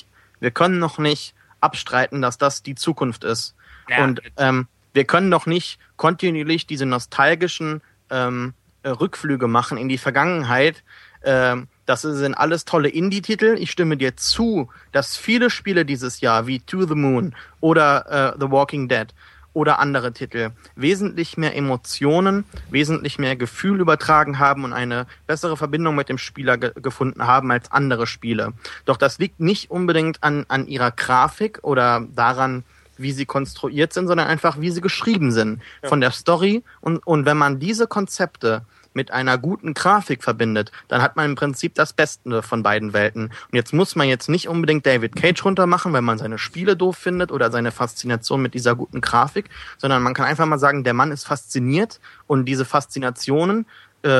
abstreiten, dass das die Zukunft ist. Ja. Und wir können doch nicht kontinuierlich diese nostalgischen Rückflüge machen in die Vergangenheit. Das sind alles tolle Indie-Titel. Ich stimme dir zu, dass viele Spiele dieses Jahr wie To the Moon oder The Walking Dead oder andere Titel wesentlich mehr Emotionen, wesentlich mehr Gefühl übertragen haben und eine bessere Verbindung mit dem Spieler gefunden haben als andere Spiele. Doch das liegt nicht unbedingt an ihrer Grafik oder daran, wie sie konstruiert sind, sondern einfach, wie sie geschrieben sind. Ja. Von der Story. Und wenn man diese Konzepte mit einer guten Grafik verbindet, dann hat man im Prinzip das Beste von beiden Welten. Und jetzt muss man jetzt nicht unbedingt David Cage runtermachen, wenn man seine Spiele doof findet oder seine Faszination mit dieser guten Grafik, sondern man kann einfach mal sagen, der Mann ist fasziniert und diese Faszinationen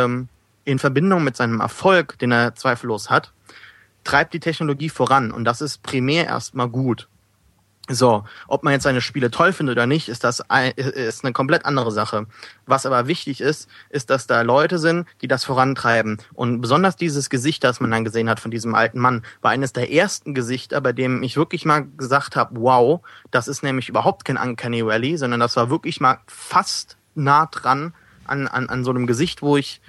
in Verbindung mit seinem Erfolg, den er zweifellos hat, treibt die Technologie voran. Und das ist primär erstmal gut. So, ob man jetzt seine Spiele toll findet oder nicht, ist eine komplett andere Sache. Was aber wichtig ist, dass da Leute sind, die das vorantreiben. Und besonders dieses Gesicht, das man dann gesehen hat von diesem alten Mann, war eines der ersten Gesichter, bei dem ich wirklich mal gesagt habe, wow, das ist nämlich überhaupt kein Uncanny Valley, sondern das war wirklich mal fast nah dran an so einem Gesicht, wo ich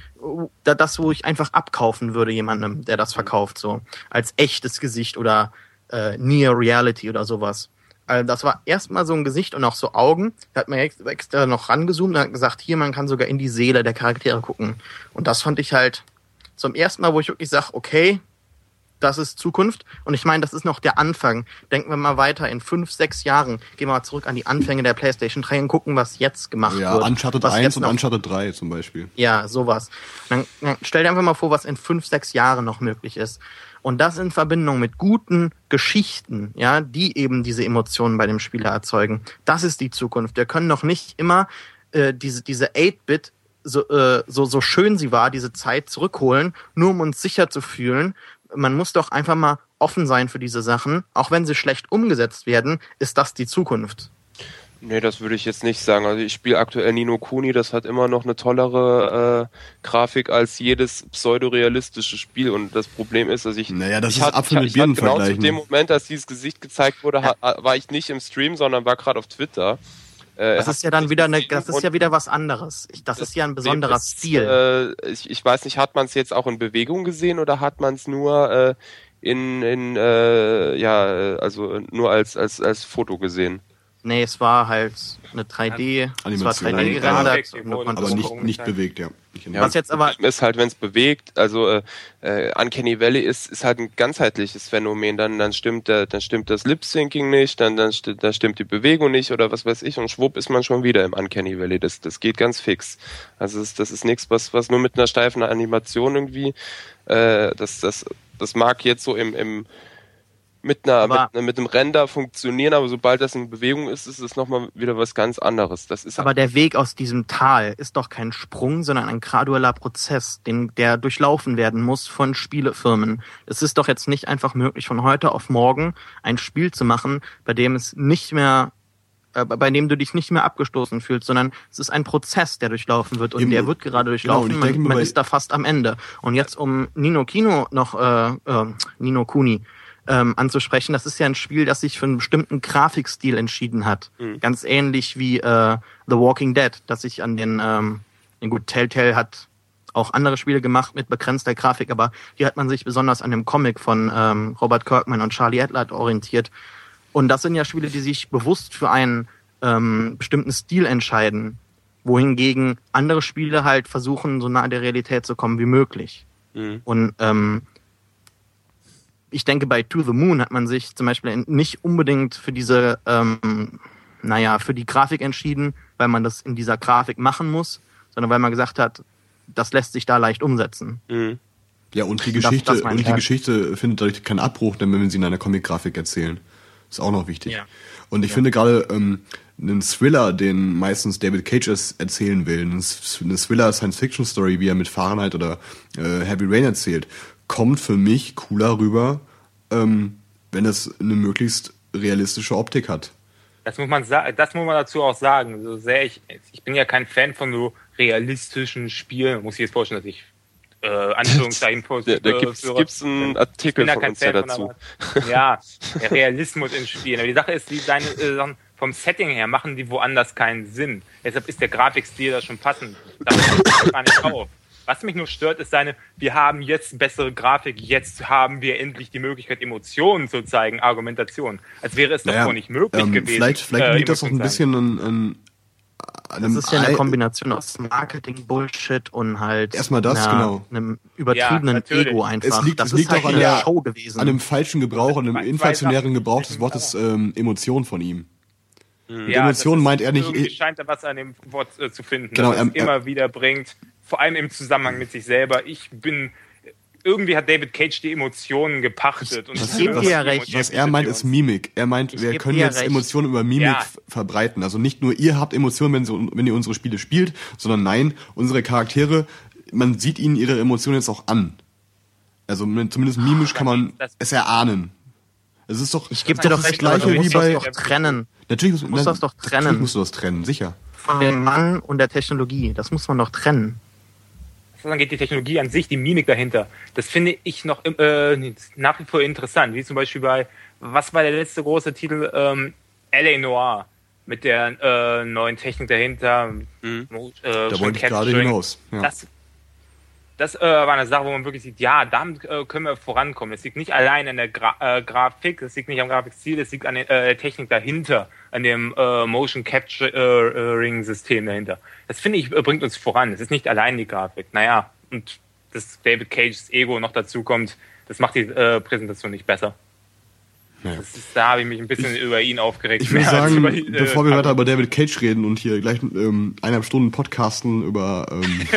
einfach abkaufen würde jemandem, der das verkauft, so als echtes Gesicht oder Near Reality oder sowas. Also das war erstmal so ein Gesicht und auch so Augen. Da hat man extra noch rangezoomt und hat gesagt, hier, man kann sogar in die Seele der Charaktere gucken. Und das fand ich halt zum ersten Mal, wo ich wirklich sage, okay, das ist Zukunft. Und ich meine, das ist noch der Anfang. Denken wir mal weiter, in 5, 6 Jahren gehen wir mal zurück an die Anfänge der PlayStation 3 und gucken, was jetzt gemacht wird. Ja, Uncharted 1 und Uncharted 3 zum Beispiel. Ja, sowas. Dann stell dir einfach mal vor, was in 5, 6 Jahren noch möglich ist. Und das in Verbindung mit guten Geschichten, ja, die eben diese Emotionen bei dem Spieler erzeugen. Das ist die Zukunft. Wir können doch nicht immer diese 8-Bit, so schön sie war, diese Zeit zurückholen, nur um uns sicher zu fühlen. Man muss doch einfach mal offen sein für diese Sachen. Auch wenn sie schlecht umgesetzt werden, ist das die Zukunft. Nee, das würde ich jetzt nicht sagen. Also ich spiele aktuell Ni no Kuni, das hat immer noch eine tollere Grafik als jedes pseudorealistische Spiel und das Problem ist, dass ich... Naja, das ist Apfel mit Birnen genau vergleichen. Zu dem Moment, als dieses Gesicht gezeigt wurde, war ich nicht im Stream, sondern war gerade auf Twitter. Das ist ja dann wieder wieder was anderes. Das ist ja ein besonderer Stil. Ich weiß nicht, hat man es jetzt auch in Bewegung gesehen oder hat man es nur nur als Foto gesehen? Nee, es war halt eine 3D, es war 3D gerendert. Aber nicht bewegt, ja. Was jetzt aber ist halt, wenn es bewegt, also Uncanny Valley ist halt ein ganzheitliches Phänomen, dann stimmt das Lip-Syncing nicht, dann stimmt die Bewegung nicht oder was weiß ich und schwupp ist man schon wieder im Uncanny Valley, das geht ganz fix. Also das ist nichts, was nur mit einer steifen Animation irgendwie, das mag jetzt so mit einem Render funktionieren, aber sobald das in Bewegung ist es nochmal wieder was ganz anderes. Aber der Weg aus diesem Tal ist doch kein Sprung, sondern ein gradueller Prozess, der durchlaufen werden muss von Spielefirmen. Es ist doch jetzt nicht einfach möglich, von heute auf morgen ein Spiel zu machen, bei dem du dich nicht mehr abgestoßen fühlst, sondern es ist ein Prozess, der durchlaufen wird und der wird gerade durchlaufen. Genau, man ist da fast am Ende. Und jetzt um Ni no Kuni anzusprechen, das ist ja ein Spiel, das sich für einen bestimmten Grafikstil entschieden hat. Mhm. Ganz ähnlich wie The Walking Dead, das sich an gut, Telltale hat auch andere Spiele gemacht mit begrenzter Grafik, aber hier hat man sich besonders an dem Comic von Robert Kirkman und Charlie Adlard orientiert. Und das sind ja Spiele, die sich bewusst für einen bestimmten Stil entscheiden, wohingegen andere Spiele halt versuchen, so nah an der Realität zu kommen wie möglich. Mhm. Und ich denke, bei To the Moon hat man sich zum Beispiel nicht unbedingt für diese, für die Grafik entschieden, weil man das in dieser Grafik machen muss, sondern weil man gesagt hat, das lässt sich da leicht umsetzen. Mhm. Ja, und die Geschichte findet dadurch keinen Abbruch, denn wenn wir sie in einer Comic-Grafik erzählen. Ist auch noch wichtig. Ja. Und ich finde gerade einen Thriller, den meistens David Cage erzählen will, eine Thriller-Science-Fiction-Story, wie er mit Fahrenheit oder Heavy Rain erzählt, kommt für mich cooler rüber, wenn es eine möglichst realistische Optik hat. Das muss man dazu auch sagen. So sehr ich bin ja kein Fan von so realistischen Spielen. Muss ich jetzt vorstellen, dass ich Anführungszeichen da gibt's einen Artikel von uns dazu. Ja, der Realismus in Spielen. Aber die Sache ist, vom Setting her machen die woanders keinen Sinn. Deshalb ist der Grafikstil da schon passend. Da hört gar nicht auf. Was mich nur stört, ist wir haben jetzt bessere Grafik, jetzt haben wir endlich die Möglichkeit, Emotionen zu zeigen, Argumentation. Als wäre es davor nicht möglich gewesen. Vielleicht liegt das auch ein bisschen an das ist ja eine Kombination aus Marketing-Bullshit und halt erstmal das, genau. einem übertriebenen Ego einfach. Das liegt halt auch an der Show gewesen. An einem falschen Gebrauch, an einem inflationären Gebrauch des Wortes Emotion von ihm. Ja, Emotionen meint er nicht. Irgendwie scheint er was an dem Wort zu finden, genau, das immer wieder bringt, vor allem im Zusammenhang mit sich selber. Irgendwie hat David Cage die Emotionen gepachtet. Was er meint, ist Mimik. Er meint, wir können jetzt Emotionen über Mimik verbreiten. Also nicht nur ihr habt Emotionen, wenn ihr unsere Spiele spielt, sondern nein, unsere Charaktere, man sieht ihnen ihre Emotionen jetzt auch an. Also zumindest mimisch kann man es erahnen. Es ist doch, ich gebe dir doch recht, Gleiche wie bei doch trennen. Natürlich musst du das doch trennen. Natürlich musst du das trennen, sicher. Von dem Mann und der Technologie, das muss man doch trennen. Dann geht die Technologie an sich, die Mimik dahinter. Das finde ich noch nach wie vor interessant. Wie zum Beispiel was war der letzte große Titel? L.A. Noire. Mit der neuen Technik dahinter. Da wollte ich gerade hinaus. Ja. Das war eine Sache, wo man wirklich sieht, ja, damit können wir vorankommen. Es liegt nicht allein an der Grafik, es liegt nicht am Grafikstil, es liegt an der Technik dahinter, an dem Motion Capturing System dahinter. Das finde ich bringt uns voran. Es ist nicht allein die Grafik. Naja, und dass David Cages Ego noch dazu kommt, das macht die Präsentation nicht besser. Ja. Da habe ich mich ein bisschen über ihn aufgeregt. Ich würde sagen, bevor wir weiter über David Cage reden und hier gleich 1,5 Stunden podcasten über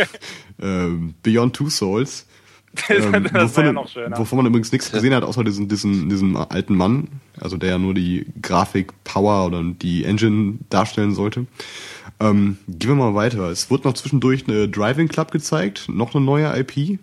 Beyond Two Souls, wovon man übrigens nichts gesehen hat, außer diesen alten Mann, also der ja nur die Grafik, Power oder die Engine darstellen sollte. Gehen wir mal weiter. Es wurde noch zwischendurch eine Driving Club gezeigt, noch eine neue IP.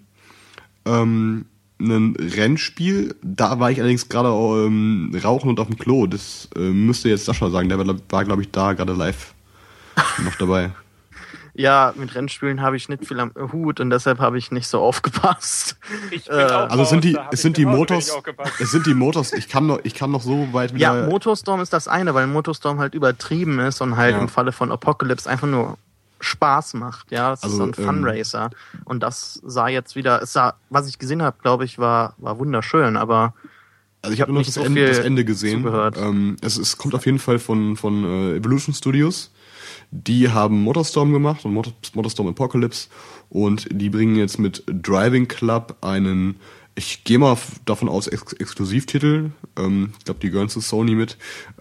Ein Rennspiel, da war ich allerdings gerade rauchen und auf dem Klo. Das müsste jetzt Sascha sagen, der war glaube ich, da gerade live noch dabei. Ja, mit Rennspielen habe ich nicht viel am Hut und deshalb habe ich nicht so aufgepasst. Also es sind die Motors, ich kann noch so weit wieder... Ja, Motorstorm ist das eine, weil Motorstorm halt übertrieben ist und halt im Falle von Apocalypse einfach nur Spaß macht, ja, das ist so ein Funracer und das sah jetzt wieder, was ich gesehen habe, glaube ich, war wunderschön, aber also ich habe nur das Ende gesehen. Es kommt auf jeden Fall von Evolution Studios, die haben Motorstorm gemacht und Motorstorm Apocalypse und die bringen jetzt mit Driving Club einen, ich gehe mal davon aus, Exklusivtitel, ich glaube, die gehören zu Sony mit,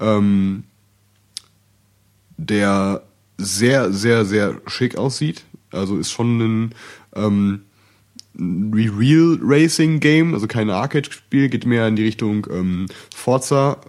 der sehr, sehr, sehr schick aussieht. Also ist schon ein Real Racing Game, also kein Arcade-Spiel, geht mehr in die Richtung Forza.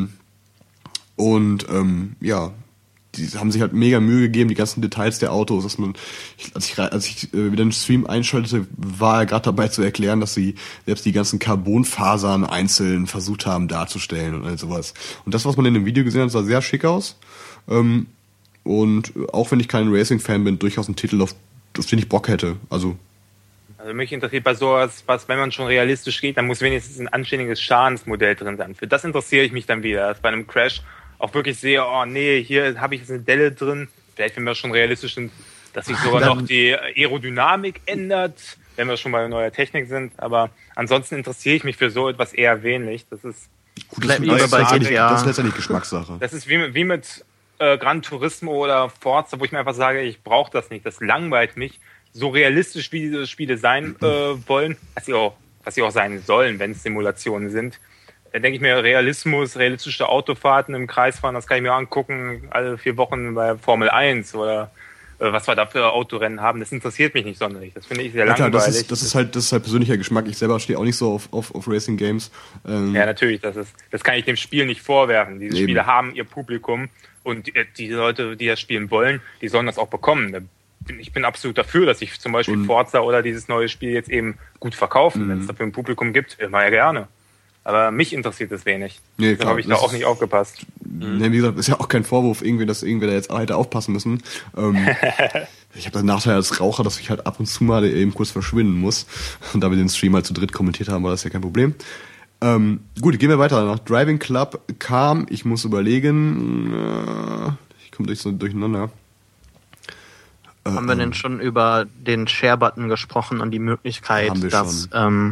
Die haben sich halt mega Mühe gegeben, die ganzen Details der Autos, dass man, als ich wieder den Stream einschaltete, war er gerade dabei zu erklären, dass sie selbst die ganzen Carbonfasern einzeln versucht haben darzustellen und all sowas. Und das, was man in dem Video gesehen hat, sah sehr schick aus. Und auch wenn ich kein Racing-Fan bin, durchaus ein Titel, auf den ich Bock hätte. Also mich interessiert bei sowas, wenn man schon realistisch geht, dann muss wenigstens ein anständiges Schadensmodell drin sein. Für das interessiere ich mich dann wieder, dass bei einem Crash auch wirklich sehe, oh nee, hier habe ich jetzt eine Delle drin. Vielleicht, wenn wir schon realistisch sind, dass sich sogar noch die Aerodynamik ändert, wenn wir schon bei neuer Technik sind. Aber ansonsten interessiere ich mich für so etwas eher wenig. Das ist letztendlich Geschmackssache. Das ist wie mit Gran Turismo oder Forza, wo ich mir einfach sage, ich brauche das nicht, das langweilt mich. So realistisch wie diese Spiele sein wollen, was sie auch sein sollen, wenn es Simulationen sind. Dann denke ich mir, realistische Autofahrten im Kreis fahren, das kann ich mir angucken, alle 4 Wochen bei Formel 1 oder was wir da für Autorennen haben, das interessiert mich nicht sonderlich. Das finde ich sehr langweilig. Das ist halt persönlicher Geschmack. Ich selber stehe auch nicht so auf Racing Games. Ja, natürlich, das kann ich dem Spiel nicht vorwerfen. Diese Spiele haben ihr Publikum und die Leute, die das spielen wollen, die sollen das auch bekommen. Ich bin absolut dafür, dass sich zum Beispiel Forza oder dieses neue Spiel jetzt eben gut verkaufen. Wenn es dafür ein Publikum gibt, immer ja gerne. Aber mich interessiert es wenig. Nee, da habe ich da auch nicht aufgepasst. Nee, wie gesagt, ist ja auch kein Vorwurf, dass irgendwer da jetzt hätte aufpassen müssen. Ich habe den Nachteil als Raucher, dass ich halt ab und zu mal eben kurz verschwinden muss. Und da wir den Stream halt zu dritt kommentiert haben, war das ja kein Problem. Gut, gehen wir weiter. Nach Driving Club kam, ich muss überlegen, ich komme durcheinander. Haben wir denn schon über den Share-Button gesprochen und die Möglichkeit, dass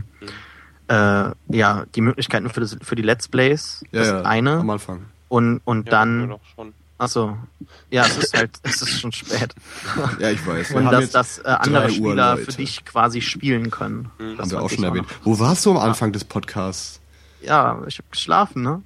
die Möglichkeiten für die Let's Plays, eine. Am Anfang. Und dann. Doch schon. Achso. Ja, es ist schon spät. Ja, ich weiß. Und dass andere Spieler für dich quasi spielen können. Haben wir auch schon erwähnt. Wo warst du am Anfang des Podcasts? Ja, ich habe geschlafen, ne?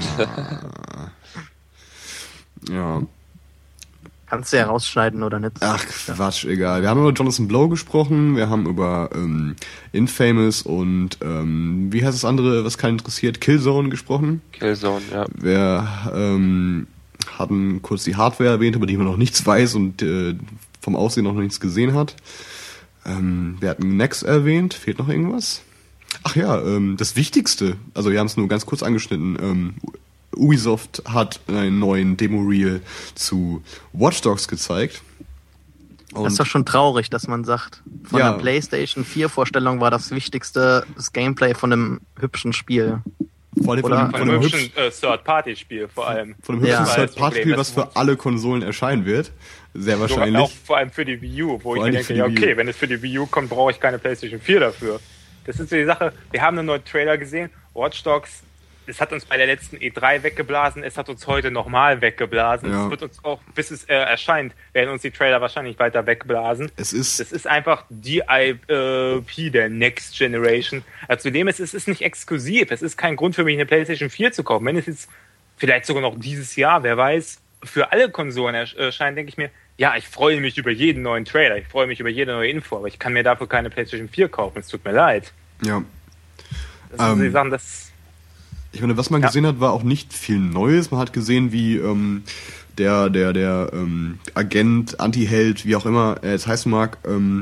Ja. Kannst du ja rausschneiden oder nicht? Ach, Quatsch, egal. Wir haben über Jonathan Blow gesprochen, wir haben über Infamous und wie heißt das andere, was keinen interessiert, Killzone gesprochen. Killzone, ja. Wir hatten kurz die Hardware erwähnt, über die man noch nichts weiß und vom Aussehen noch nichts gesehen hat. Wir hatten Nex erwähnt, fehlt noch irgendwas? Ach ja, das Wichtigste, also wir haben es nur ganz kurz angeschnitten, Ubisoft hat einen neuen Demo-Reel zu Watch Dogs gezeigt. Und das ist doch schon traurig, dass man sagt, von der PlayStation 4 Vorstellung war das Wichtigste das Gameplay von einem hübschen Spiel. Von einem hübschen Third-Party-Spiel vor allem. Von einem hübschen Third-Party-Spiel, was für alle Konsolen erscheinen wird. Sehr wahrscheinlich. Auch vor allem für die Wii U, wo ich mir denke, ja okay, wenn es für die Wii U kommt, brauche ich keine PlayStation 4 dafür. Das ist so die Sache, wir haben einen neuen Trailer gesehen, Watch Dogs, es hat uns bei der letzten E3 weggeblasen, es hat uns heute nochmal weggeblasen. Ja. Es wird uns auch, bis es erscheint, werden uns die Trailer wahrscheinlich weiter wegblasen. Das ist einfach die IP der Next Generation. Zudem es ist nicht exklusiv, es ist kein Grund für mich, eine PlayStation 4 zu kaufen. Wenn es jetzt vielleicht sogar noch dieses Jahr, wer weiß, für alle Konsolen erscheint, denke ich mir, ja, ich freue mich über jeden neuen Trailer, ich freue mich über jede neue Info, aber ich kann mir dafür keine PlayStation 4 kaufen, es tut mir leid. Ja. Das sind die Sachen, ich meine, was man gesehen hat, war auch nicht viel Neues. Man hat gesehen, wie der Agent, Anti-Held, wie auch immer er jetzt heißen mag,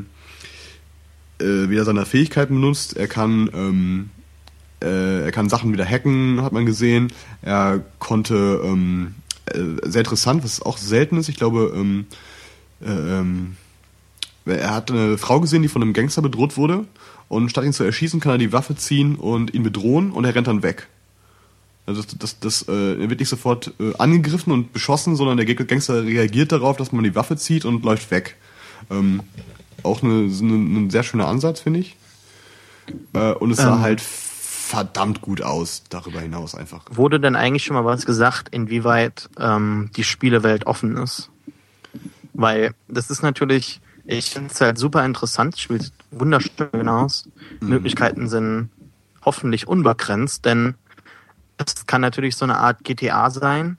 wieder seine Fähigkeiten benutzt. Er kann Sachen wieder hacken, hat man gesehen. Er konnte sehr interessant, was auch selten ist. Ich glaube, er hat eine Frau gesehen, die von einem Gangster bedroht wurde. Und statt ihn zu erschießen, kann er die Waffe ziehen und ihn bedrohen und er rennt dann weg. Also er wird nicht sofort angegriffen und beschossen, sondern der Gangster reagiert darauf, dass man die Waffe zieht und läuft weg. Auch ein sehr schöner Ansatz, finde ich. Und es sah halt verdammt gut aus, darüber hinaus einfach. Wurde denn eigentlich schon mal was gesagt, inwieweit die Spielewelt offen ist? Weil das ist natürlich, ich finde es halt super interessant, es spielt wunderschön aus. Möglichkeiten sind hoffentlich unbegrenzt, denn es kann natürlich so eine Art GTA sein,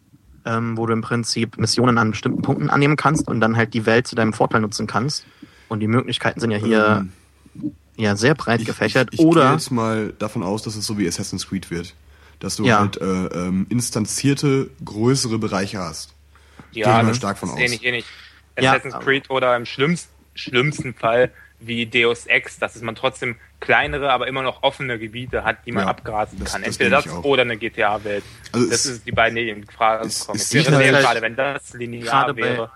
wo du im Prinzip Missionen an bestimmten Punkten annehmen kannst und dann halt die Welt zu deinem Vorteil nutzen kannst. Und die Möglichkeiten sind ja hier sehr breit gefächert. Ich gehe jetzt mal davon aus, dass es so wie Assassin's Creed wird. Dass du halt instanzierte, größere Bereiche hast. Ja, gehe ich mal stark von aus. Ähnlich. Assassin's Creed oder im schlimmsten Fall wie Deus Ex, dass man trotzdem kleinere, aber immer noch offene Gebiete hat, die man abgrasen kann. Entweder das oder eine GTA-Welt. Also das ist die beiden, die in Frage kommen. Es wäre sehr schade, wenn das linear wäre.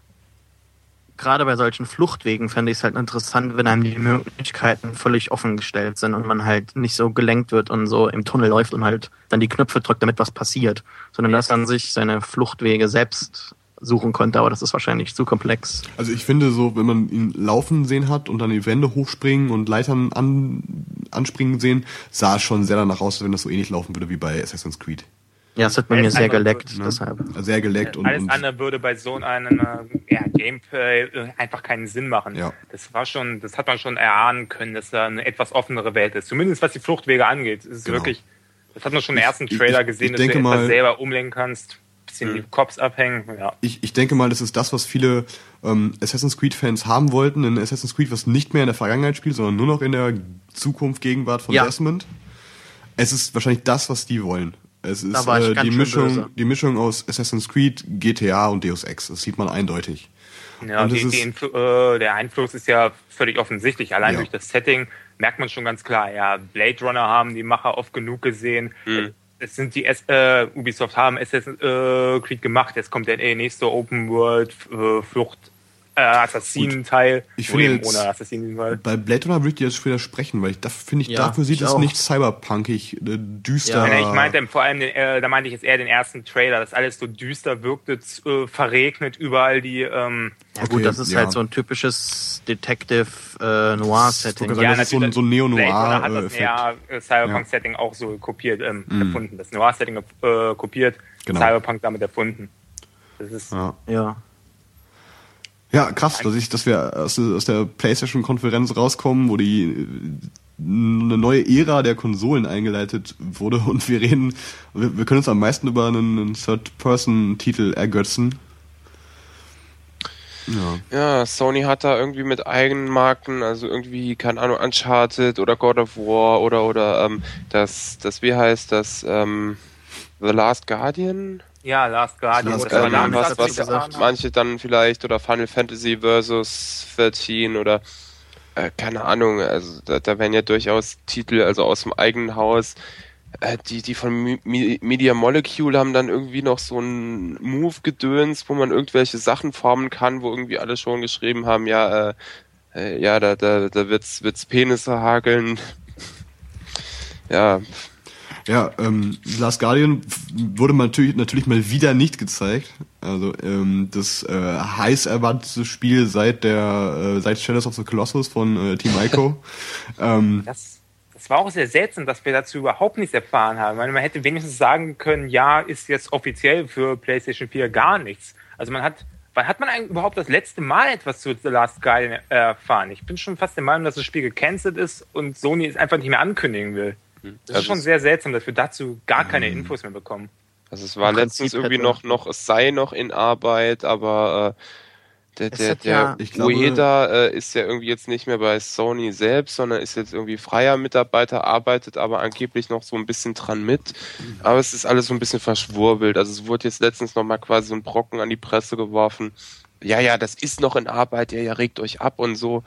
Gerade bei solchen Fluchtwegen fände ich es halt interessant, wenn einem die Möglichkeiten völlig offen gestellt sind und man halt nicht so gelenkt wird und so im Tunnel läuft und halt dann die Knöpfe drückt, damit was passiert, sondern dass man sich seine Fluchtwege selbst suchen konnte, aber das ist wahrscheinlich zu komplex. Also ich finde so, wenn man ihn laufen sehen hat und dann die Wände hochspringen und Leitern anspringen sehen, sah es schon sehr danach aus, als wenn das so ähnlich laufen würde wie bei Assassin's Creed. Ja, es hat bei mir sehr geleckt, deshalb. Sehr geleckt. Alles andere würde bei so einem Gameplay einfach keinen Sinn machen. Ja. Das hat man schon erahnen können, dass da eine etwas offenere Welt ist. Zumindest was die Fluchtwege angeht. Das ist wirklich, das hat man schon im ersten Trailer gesehen, dass du etwas selber umlenken kannst. Bisschen die Cops abhängen, ja. Ich denke mal, das ist das, was viele Assassin's Creed-Fans haben wollten. Ein Assassin's Creed, was nicht mehr in der Vergangenheit spielt, sondern nur noch in der Zukunft, Gegenwart von Desmond. Es ist wahrscheinlich das, was die wollen. Es ist die Mischung aus Assassin's Creed, GTA und Deus Ex. Das sieht man eindeutig. Ja, der Einfluss ist ja völlig offensichtlich. Allein durch das Setting merkt man schon ganz klar, ja, Blade Runner haben die Macher oft genug gesehen. Es sind Ubisoft haben Assassin's Creed gemacht. Jetzt kommt der nächste Open World Assassinen-Teil. Ich finde eben ohne Assassinen-Teil. Bei Blade Runner würde ich dir jetzt widersprechen, weil dafür sieht es nicht cyberpunkig, düster. Ja, ich meinte vor allem, da meinte ich jetzt eher den ersten Trailer, dass alles so düster wirkte, verregnet, überall die... ja gut, das ist halt so ein typisches Detective-Noir-Setting. Ja, das ist so ein Neo-Noir. Hat das Cyberpunk-Setting auch so kopiert, erfunden. Das Noir-Setting kopiert, genau. Cyberpunk damit erfunden. Das ist... Ja, krass, dass wir aus der PlayStation-Konferenz rauskommen, wo eine neue Ära der Konsolen eingeleitet wurde und wir können uns am meisten über einen Third-Person-Titel ergötzen. Ja, Sony hat da irgendwie mit eigenen Marken, also irgendwie, keine Ahnung, Uncharted oder God of War oder wie heißt das, The Last Guardian? Ja, Last Guardian. Was manche dann vielleicht, oder Final Fantasy Versus 13 oder keine Ahnung, also da werden ja durchaus Titel, also aus dem eigenen Haus, die von Media Molecule haben dann irgendwie noch so ein Move-Gedöns, wo man irgendwelche Sachen formen kann, wo irgendwie alle schon geschrieben haben, da wird's Penisse hageln. Ja. Ja, Last Guardian wurde natürlich mal wieder nicht gezeigt. Also das heiß erwartete Spiel seit Shadows of the Colossus von Team Ico. Das war auch sehr seltsam, dass wir dazu überhaupt nichts erfahren haben. Man hätte wenigstens sagen können, ja, ist jetzt offiziell für PlayStation 4 gar nichts. Also wann hat man eigentlich überhaupt das letzte Mal etwas zu The Last Guardian erfahren? Ich bin schon fast der Meinung, dass das Spiel gecancelt ist und Sony es einfach nicht mehr ankündigen will. Das ist schon sehr seltsam, dass wir dazu gar keine Infos mehr bekommen. Also es war letztens irgendwie noch, es sei noch in Arbeit, aber der Ueda ist ja irgendwie jetzt nicht mehr bei Sony selbst, sondern ist jetzt irgendwie freier Mitarbeiter, arbeitet aber angeblich noch so ein bisschen dran mit. Aber es ist alles so ein bisschen verschwurbelt. Also es wurde jetzt letztens noch mal quasi so ein Brocken an die Presse geworfen. Ja, das ist noch in Arbeit, ja, regt euch ab und so.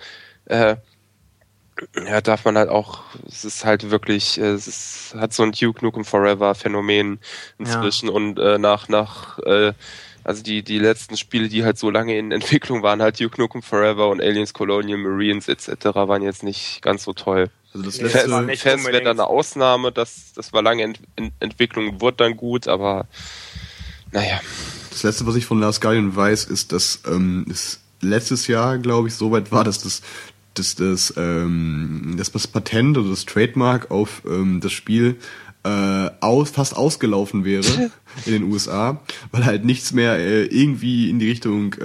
Ja, darf man halt auch, es ist halt wirklich, hat so ein Duke Nukem Forever Phänomen inzwischen und also die letzten Spiele, die halt so lange in Entwicklung waren, halt Duke Nukem Forever und Aliens Colonial Marines etc. waren jetzt nicht ganz so toll. Also das letzte Fest wäre dann eine Ausnahme, das war lange in Entwicklung, wurde dann gut, aber naja. Das letzte, was ich von Last Guardian weiß, ist, dass es letztes Jahr, glaube ich, soweit war, dass das Patent oder das Trademark auf das Spiel fast ausgelaufen wäre in den USA, weil halt nichts mehr irgendwie in die Richtung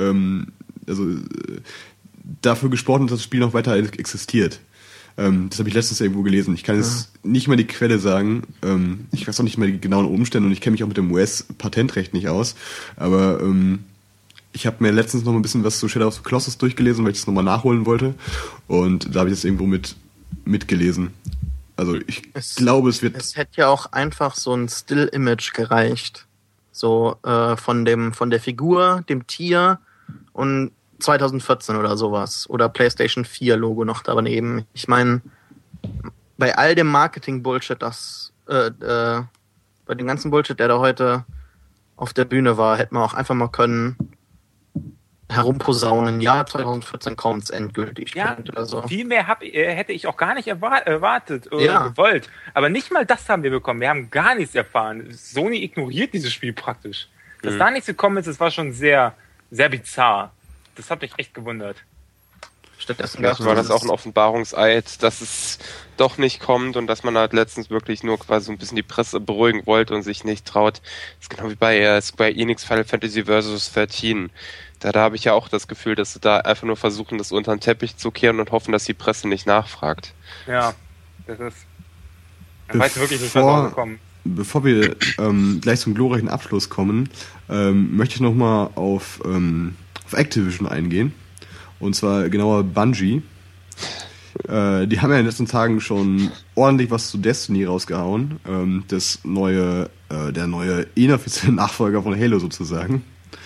dafür gesprochen hat, dass das Spiel noch weiter existiert. Das habe ich letztens irgendwo gelesen. Ich kann jetzt nicht mal die Quelle sagen. Ich weiß auch nicht mal die genauen Umstände und ich kenne mich auch mit dem US-Patentrecht nicht aus. Aber ich habe mir letztens noch ein bisschen was zu Shadow of the Colossus durchgelesen, weil ich das nochmal nachholen wollte. Und da habe ich das irgendwo mitgelesen. Also ich glaube, es wird... Es hätte ja auch einfach so ein Still-Image gereicht. So von der Figur, dem Tier und 2014 oder sowas. Oder PlayStation 4 Logo noch daneben. Ich meine, bei all dem Marketing-Bullshit, bei dem ganzen Bullshit, der da heute auf der Bühne war, hätte man auch einfach mal können herumposaunen, ja, 2014 kommt's endgültig. Ja, oder so. Viel mehr hätte ich auch gar nicht erwartet oder gewollt. Aber nicht mal das haben wir bekommen. Wir haben gar nichts erfahren. Sony ignoriert dieses Spiel praktisch. Dass da nichts gekommen ist, das war schon sehr, sehr bizarr. Das hat mich echt gewundert. Stattdessen war das auch ein Offenbarungseid, dass es doch nicht kommt und dass man halt letztens wirklich nur quasi so ein bisschen die Presse beruhigen wollte und sich nicht traut. Das ist genau wie bei Square Enix Final Fantasy Versus 13. Da habe ich ja auch das Gefühl, dass sie da einfach nur versuchen, das unter den Teppich zu kehren und hoffen, dass die Presse nicht nachfragt. Ja, das ist... Man weiß wirklich nicht, was da kommt. Bevor wir gleich zum glorreichen Abschluss kommen, möchte ich nochmal auf Activision eingehen. Und zwar genauer Bungie. Die haben ja in den letzten Tagen schon ordentlich was zu Destiny rausgehauen. Der neue inoffizielle Nachfolger von Halo sozusagen.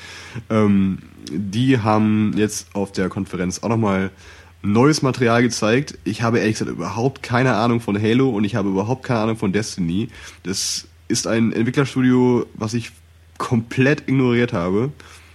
Die haben jetzt auf der Konferenz auch nochmal neues Material gezeigt. Ich habe ehrlich gesagt überhaupt keine Ahnung von Halo und ich habe überhaupt keine Ahnung von Destiny. Das ist ein Entwicklerstudio, was ich komplett ignoriert habe.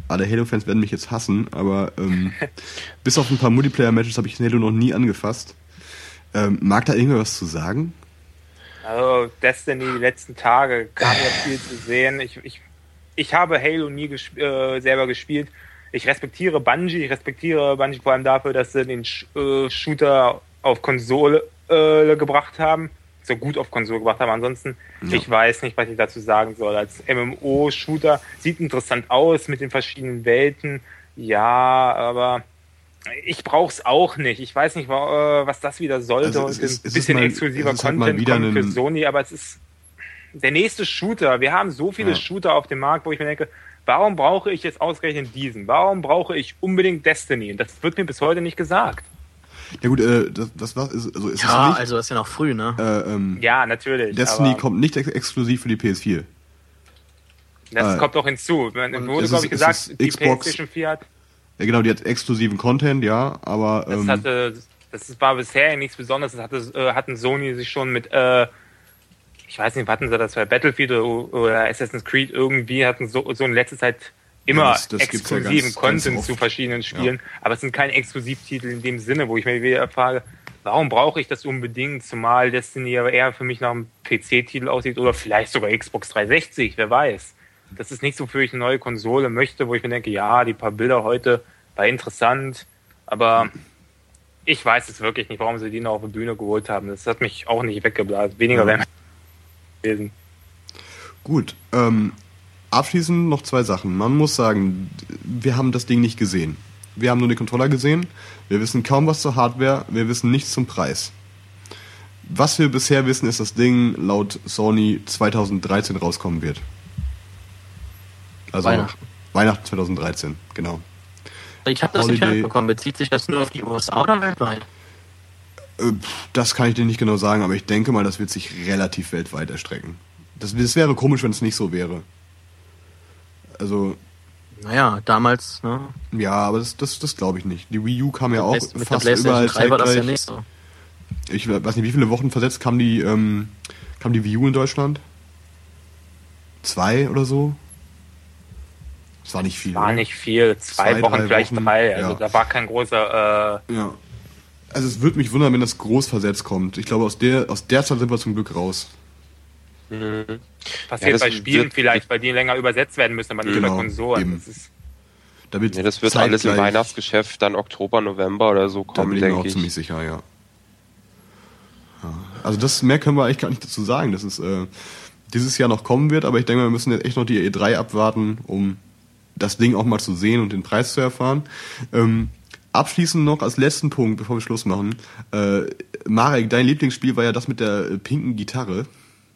alle Halo-Fans werden mich jetzt hassen, aber bis auf ein paar Multiplayer-Matches habe ich Halo noch nie angefasst. Mag da irgendwer was zu sagen? Also Destiny, die letzten Tage kam ja viel zu sehen. Ich habe Halo nie selber gespielt. Ich respektiere Bungie vor allem dafür, dass sie den Shooter auf Konsole gebracht haben. So gut auf Konsole gebracht haben. Ansonsten, Ich weiß nicht, was ich dazu sagen soll. Als MMO-Shooter sieht interessant aus mit den verschiedenen Welten. Ja, aber ich brauch's auch nicht. Ich weiß nicht, was das wieder sollte. Also ein bisschen exklusiver Content kommt für Sony, aber es ist der nächste Shooter. Wir haben so viele Shooter auf dem Markt, wo ich mir denke, warum brauche ich jetzt ausgerechnet diesen? Warum brauche ich unbedingt Destiny? Das wird mir bis heute nicht gesagt. Ja gut, das war ist nicht, also ist ja noch früh, ne? Ja, natürlich. Destiny kommt nicht exklusiv für die PS4. Das kommt doch hinzu. Man wurde, glaube ich, gesagt, die Xbox, PlayStation 4 hat... Ja genau, die hat exklusiven Content, ja, aber... Das war bisher nichts Besonderes. Hatten Sony sich schon mit... ich weiß nicht, hatten sie das bei Battlefield oder Assassin's Creed irgendwie, hatten so in letzter Zeit immer das exklusiven Content zu verschiedenen Spielen, aber es sind keine Exklusivtitel in dem Sinne, wo ich mir wieder frage, warum brauche ich das unbedingt, zumal Destiny aber eher für mich nach einem PC-Titel aussieht oder vielleicht sogar Xbox 360, wer weiß. Das ist nicht so, für ich eine neue Konsole möchte, wo ich mir denke, ja, die paar Bilder heute war interessant, aber ich weiß es wirklich nicht, warum sie die noch auf die Bühne geholt haben. Das hat mich auch nicht weggeblasen. Weniger wäre gewesen. Gut, abschließend noch 2 Sachen. Man muss sagen, wir haben das Ding nicht gesehen. Wir haben nur den Controller gesehen. Wir wissen kaum was zur Hardware. Wir wissen nichts zum Preis. Was wir bisher wissen, ist, dass das Ding laut Sony 2013 rauskommen wird. Also Weihnachten 2013, genau. Ich habe das nicht mitbekommen. Bezieht sich das nur auf die USA oder weltweit? Das kann ich dir nicht genau sagen, aber ich denke mal, das wird sich relativ weltweit erstrecken. Das wäre komisch, wenn es nicht so wäre. Also... Naja, damals, ne? Ja, aber das glaube ich nicht. Die Wii U kam ja auch mit fast der überall 3 war das ja nicht so. Ich weiß nicht, wie viele Wochen versetzt kam die Wii U in Deutschland? 2 oder so? Das war nicht viel. War nicht viel. 2 Wochen, vielleicht 3. Also da war kein großer... Ja. Also es würde mich wundern, wenn das groß versetzt kommt. Ich glaube, aus der Zeit sind wir zum Glück raus. Passiert bei Spielen vielleicht, weil die länger übersetzt werden müssen, aber nicht bei Konsolen. Das wird alles im Weihnachtsgeschäft dann Oktober, November oder so kommen, denke ich. Da bin ich mir auch ziemlich sicher, ja. Also mehr können wir eigentlich gar nicht dazu sagen, dass es dieses Jahr noch kommen wird, aber ich denke mal, wir müssen jetzt echt noch die E3 abwarten, um das Ding auch mal zu sehen und den Preis zu erfahren. Abschließend noch als letzten Punkt, bevor wir Schluss machen. Marek, dein Lieblingsspiel war ja das mit der pinken Gitarre.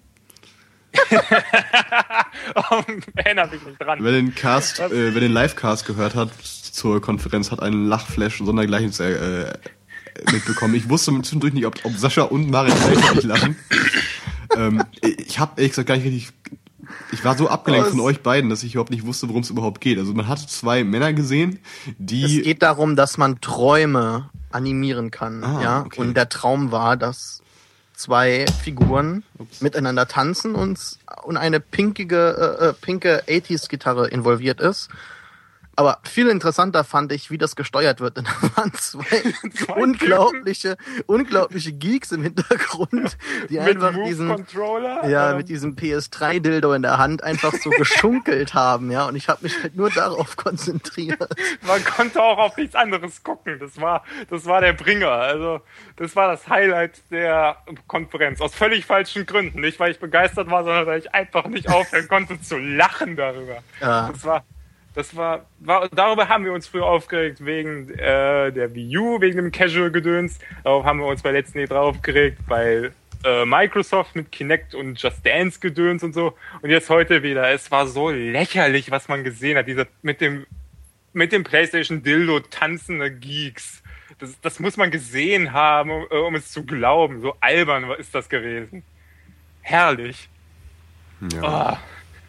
Erinnere mich nicht dran. Wer den Livecast gehört hat zur Konferenz, hat einen Lachflash sondergleichen mitbekommen. Ich wusste zwischendurch nicht, ob Sascha und Marek gleichzeitig lachen. Ich habe ehrlich gesagt gar nicht richtig... Ich war so abgelenkt von euch beiden, dass ich überhaupt nicht wusste, worum es überhaupt geht. Also man hat 2 Männer gesehen, die... Es geht darum, dass man Träume animieren kann. Okay. Und der Traum war, dass 2 Figuren miteinander tanzen und eine pinke 80s-Gitarre involviert ist. Aber viel interessanter fand ich, wie das gesteuert wird. Denn da waren 2 unglaubliche Geeks im Hintergrund, die einfach mit diesem PS3-Dildo in der Hand einfach so geschunkelt haben, ja. Und ich habe mich halt nur darauf konzentriert. Man konnte auch auf nichts anderes gucken. Das war der Bringer. Also das war das Highlight der Konferenz. Aus völlig falschen Gründen. Nicht, weil ich begeistert war, sondern weil ich einfach nicht aufhören konnte zu lachen darüber. Ja. Darüber haben wir uns früher aufgeregt, wegen der Wii U, wegen dem Casual-Gedöns. Darauf haben wir uns bei letzten E3 aufgeregt, bei Microsoft mit Kinect und Just Dance-Gedöns und so. Und jetzt heute wieder. Es war so lächerlich, was man gesehen hat. Dieser mit dem PlayStation Dildo tanzende Geeks. Das muss man gesehen haben, um es zu glauben. So albern ist das gewesen. Herrlich. Ja.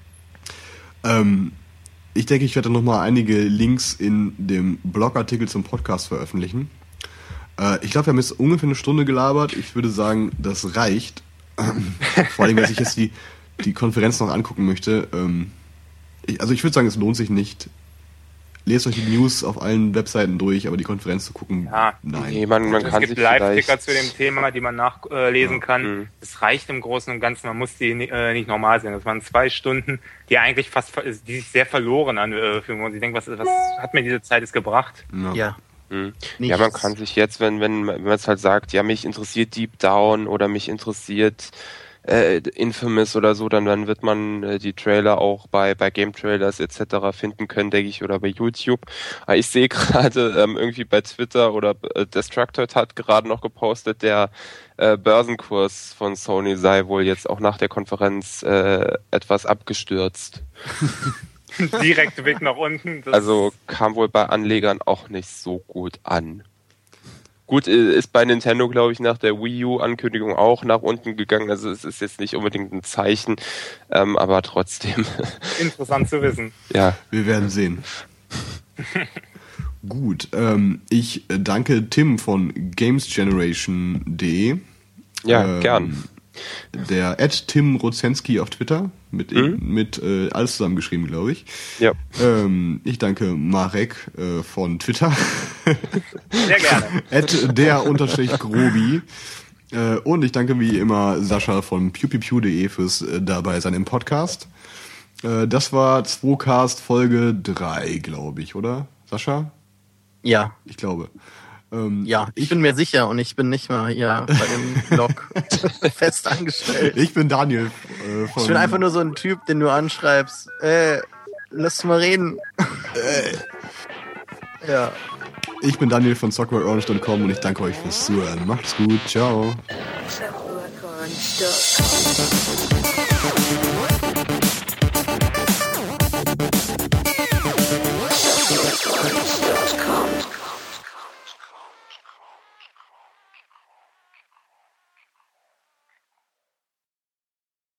Ich denke, ich werde noch mal einige Links in dem Blogartikel zum Podcast veröffentlichen. Ich glaube, wir haben jetzt ungefähr eine Stunde gelabert. Ich würde sagen, das reicht. Vor allem, weil ich jetzt die Konferenz noch angucken möchte. Ich würde sagen, es lohnt sich nicht, lest euch die News auf allen Webseiten durch, aber die Konferenz zu gucken, nein. Nee, man kann es gibt Live-Ticker zu dem Thema, die man nachlesen kann. Es reicht im Großen und Ganzen, man muss die nicht normal sehen. Das waren 2 Stunden, die eigentlich die sich sehr verloren anfühlen. Und ich denke, was hat mir diese Zeit jetzt gebracht? Ja. Ja, man kann sich jetzt, wenn man es halt sagt, ja, mich interessiert Deep Down oder mich interessiert Infamous oder so, dann wird man die Trailer auch bei Game Trailers etc. finden können, denke ich, oder bei YouTube. Aber ich sehe gerade irgendwie bei Twitter oder Destructoid hat gerade noch gepostet, der Börsenkurs von Sony sei wohl jetzt auch nach der Konferenz etwas abgestürzt. Direkt Weg nach unten. Also kam wohl bei Anlegern auch nicht so gut an. Gut, ist bei Nintendo, glaube ich, nach der Wii U-Ankündigung auch nach unten gegangen. Also es ist jetzt nicht unbedingt ein Zeichen, aber trotzdem. Interessant zu wissen. Ja, wir werden sehen. Gut, ich danke Tim von gamesgeneration.de. Ja, gern. Der @Tim Rozenski auf Twitter mit alles zusammengeschrieben, glaube ich. Ja. Ich danke Marek von Twitter. Sehr gerne. @der_Grobi. Und ich danke wie immer Sascha von pewpew.de fürs dabei sein im Podcast. Das war 2cast Folge 3, glaube ich, oder? Sascha? Ja. Ich glaube. Ja, ich bin mir sicher und ich bin nicht mal hier bei dem Blog fest angestellt. Ich bin Daniel. Ich bin einfach nur so ein Typ, den du anschreibst. Lass mal reden. Ja. Ich bin Daniel von SoccerOrange.com und ich danke euch fürs Zuhören. Macht's gut. Ciao.